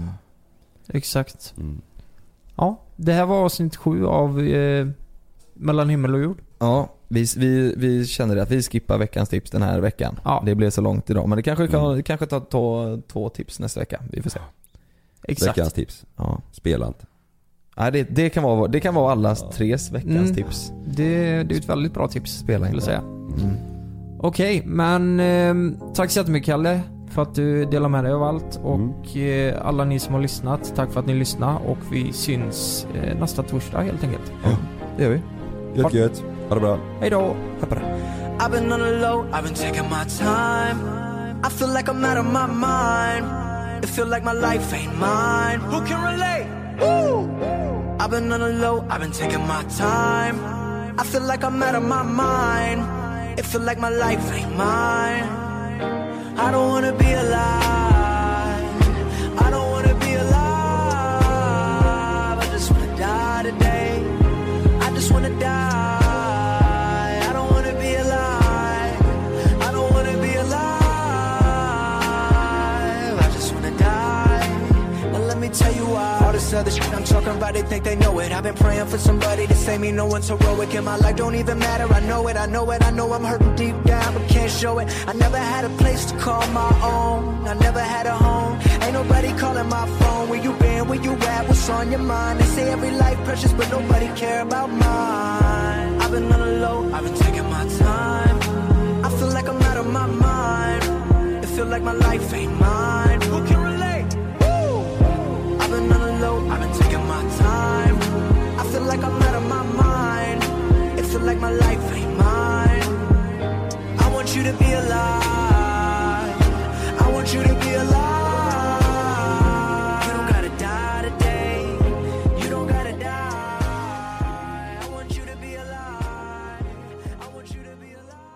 Exakt. Ja, det här var avsnitt 7 av Mellan himmel och jord. Ja, vi känner att vi skippar veckans tips den här veckan. Ja. Det blev så långt idag, men det kanske tar 2 tips nästa vecka. Vi får se. Exakt. Veckans tips. Ja. Spela inte. Nej, det kan vara allas 3 veckans tips. Det är ett väldigt bra tips, spela inte, säga. Okej, men tack så jättemycket, Kalle, för att du delar med dig av allt. Och alla ni som har lyssnat, tack för att ni lyssnar. Och vi syns nästa torsdag helt enkelt. Ja, det gör vi. Gött. Ha det bra. Hej då. I've been on the low, I've been taking my time. I feel like I'm out of my mind. It feel like my life ain't mine. Who can relate? Woo! I've been on the low, I've been taking my time. I feel like I'm out of my mind. It feel like my life ain't mine. I don't wanna be alive. I don't wanna be alive. I just wanna die today. I just wanna die. I don't wanna be alive. I don't wanna be alive. I just wanna die. Now let me tell you why. All this other shit I'm talking about, they think they know it. I've been praying for somebody to save me. No one's heroic in my life, don't even matter. I know it, I know it, I know I'm hurting deep down, but can't show it. I never had a place to call my own. I never had a home. Ain't nobody calling my phone. Where you been, where you at, what's on your mind? They say every life precious, but nobody care about mine. I've been on the low, I've been taking my time. I feel like I'm out of my mind. It feel like my life ain't mine. Who can relate? Woo! I've been on the low, I've been taking my time. I feel like I'm out of my mind. It feel like my life ain't mine. I want you to be alive. I want you to be alive. You don't gotta die today. You don't gotta die. I want you to be alive. I want you to be alive.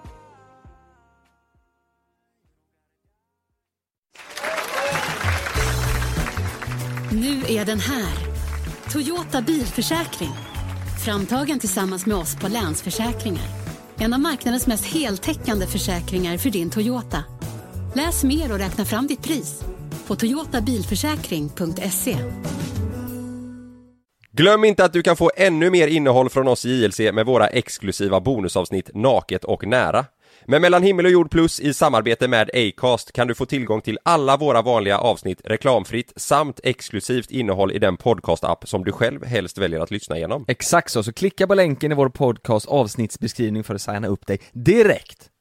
Nu är den här. Toyota bilförsäkring. Framtagen tillsammans med oss på Länsförsäkringar. En av marknadens mest heltäckande försäkringar för din Toyota. Läs mer och räkna fram ditt pris på toyotabilförsäkring.se. Glöm inte att du kan få ännu mer innehåll från oss i JLC med våra exklusiva bonusavsnitt Naket och nära. Men Mellan himmel och jord plus i samarbete med Acast kan du få tillgång till alla våra vanliga avsnitt reklamfritt samt exklusivt innehåll i den podcast-app som du själv helst väljer att lyssna igenom. Exakt så klicka på länken i vår podcast avsnittsbeskrivning för att signa upp dig direkt.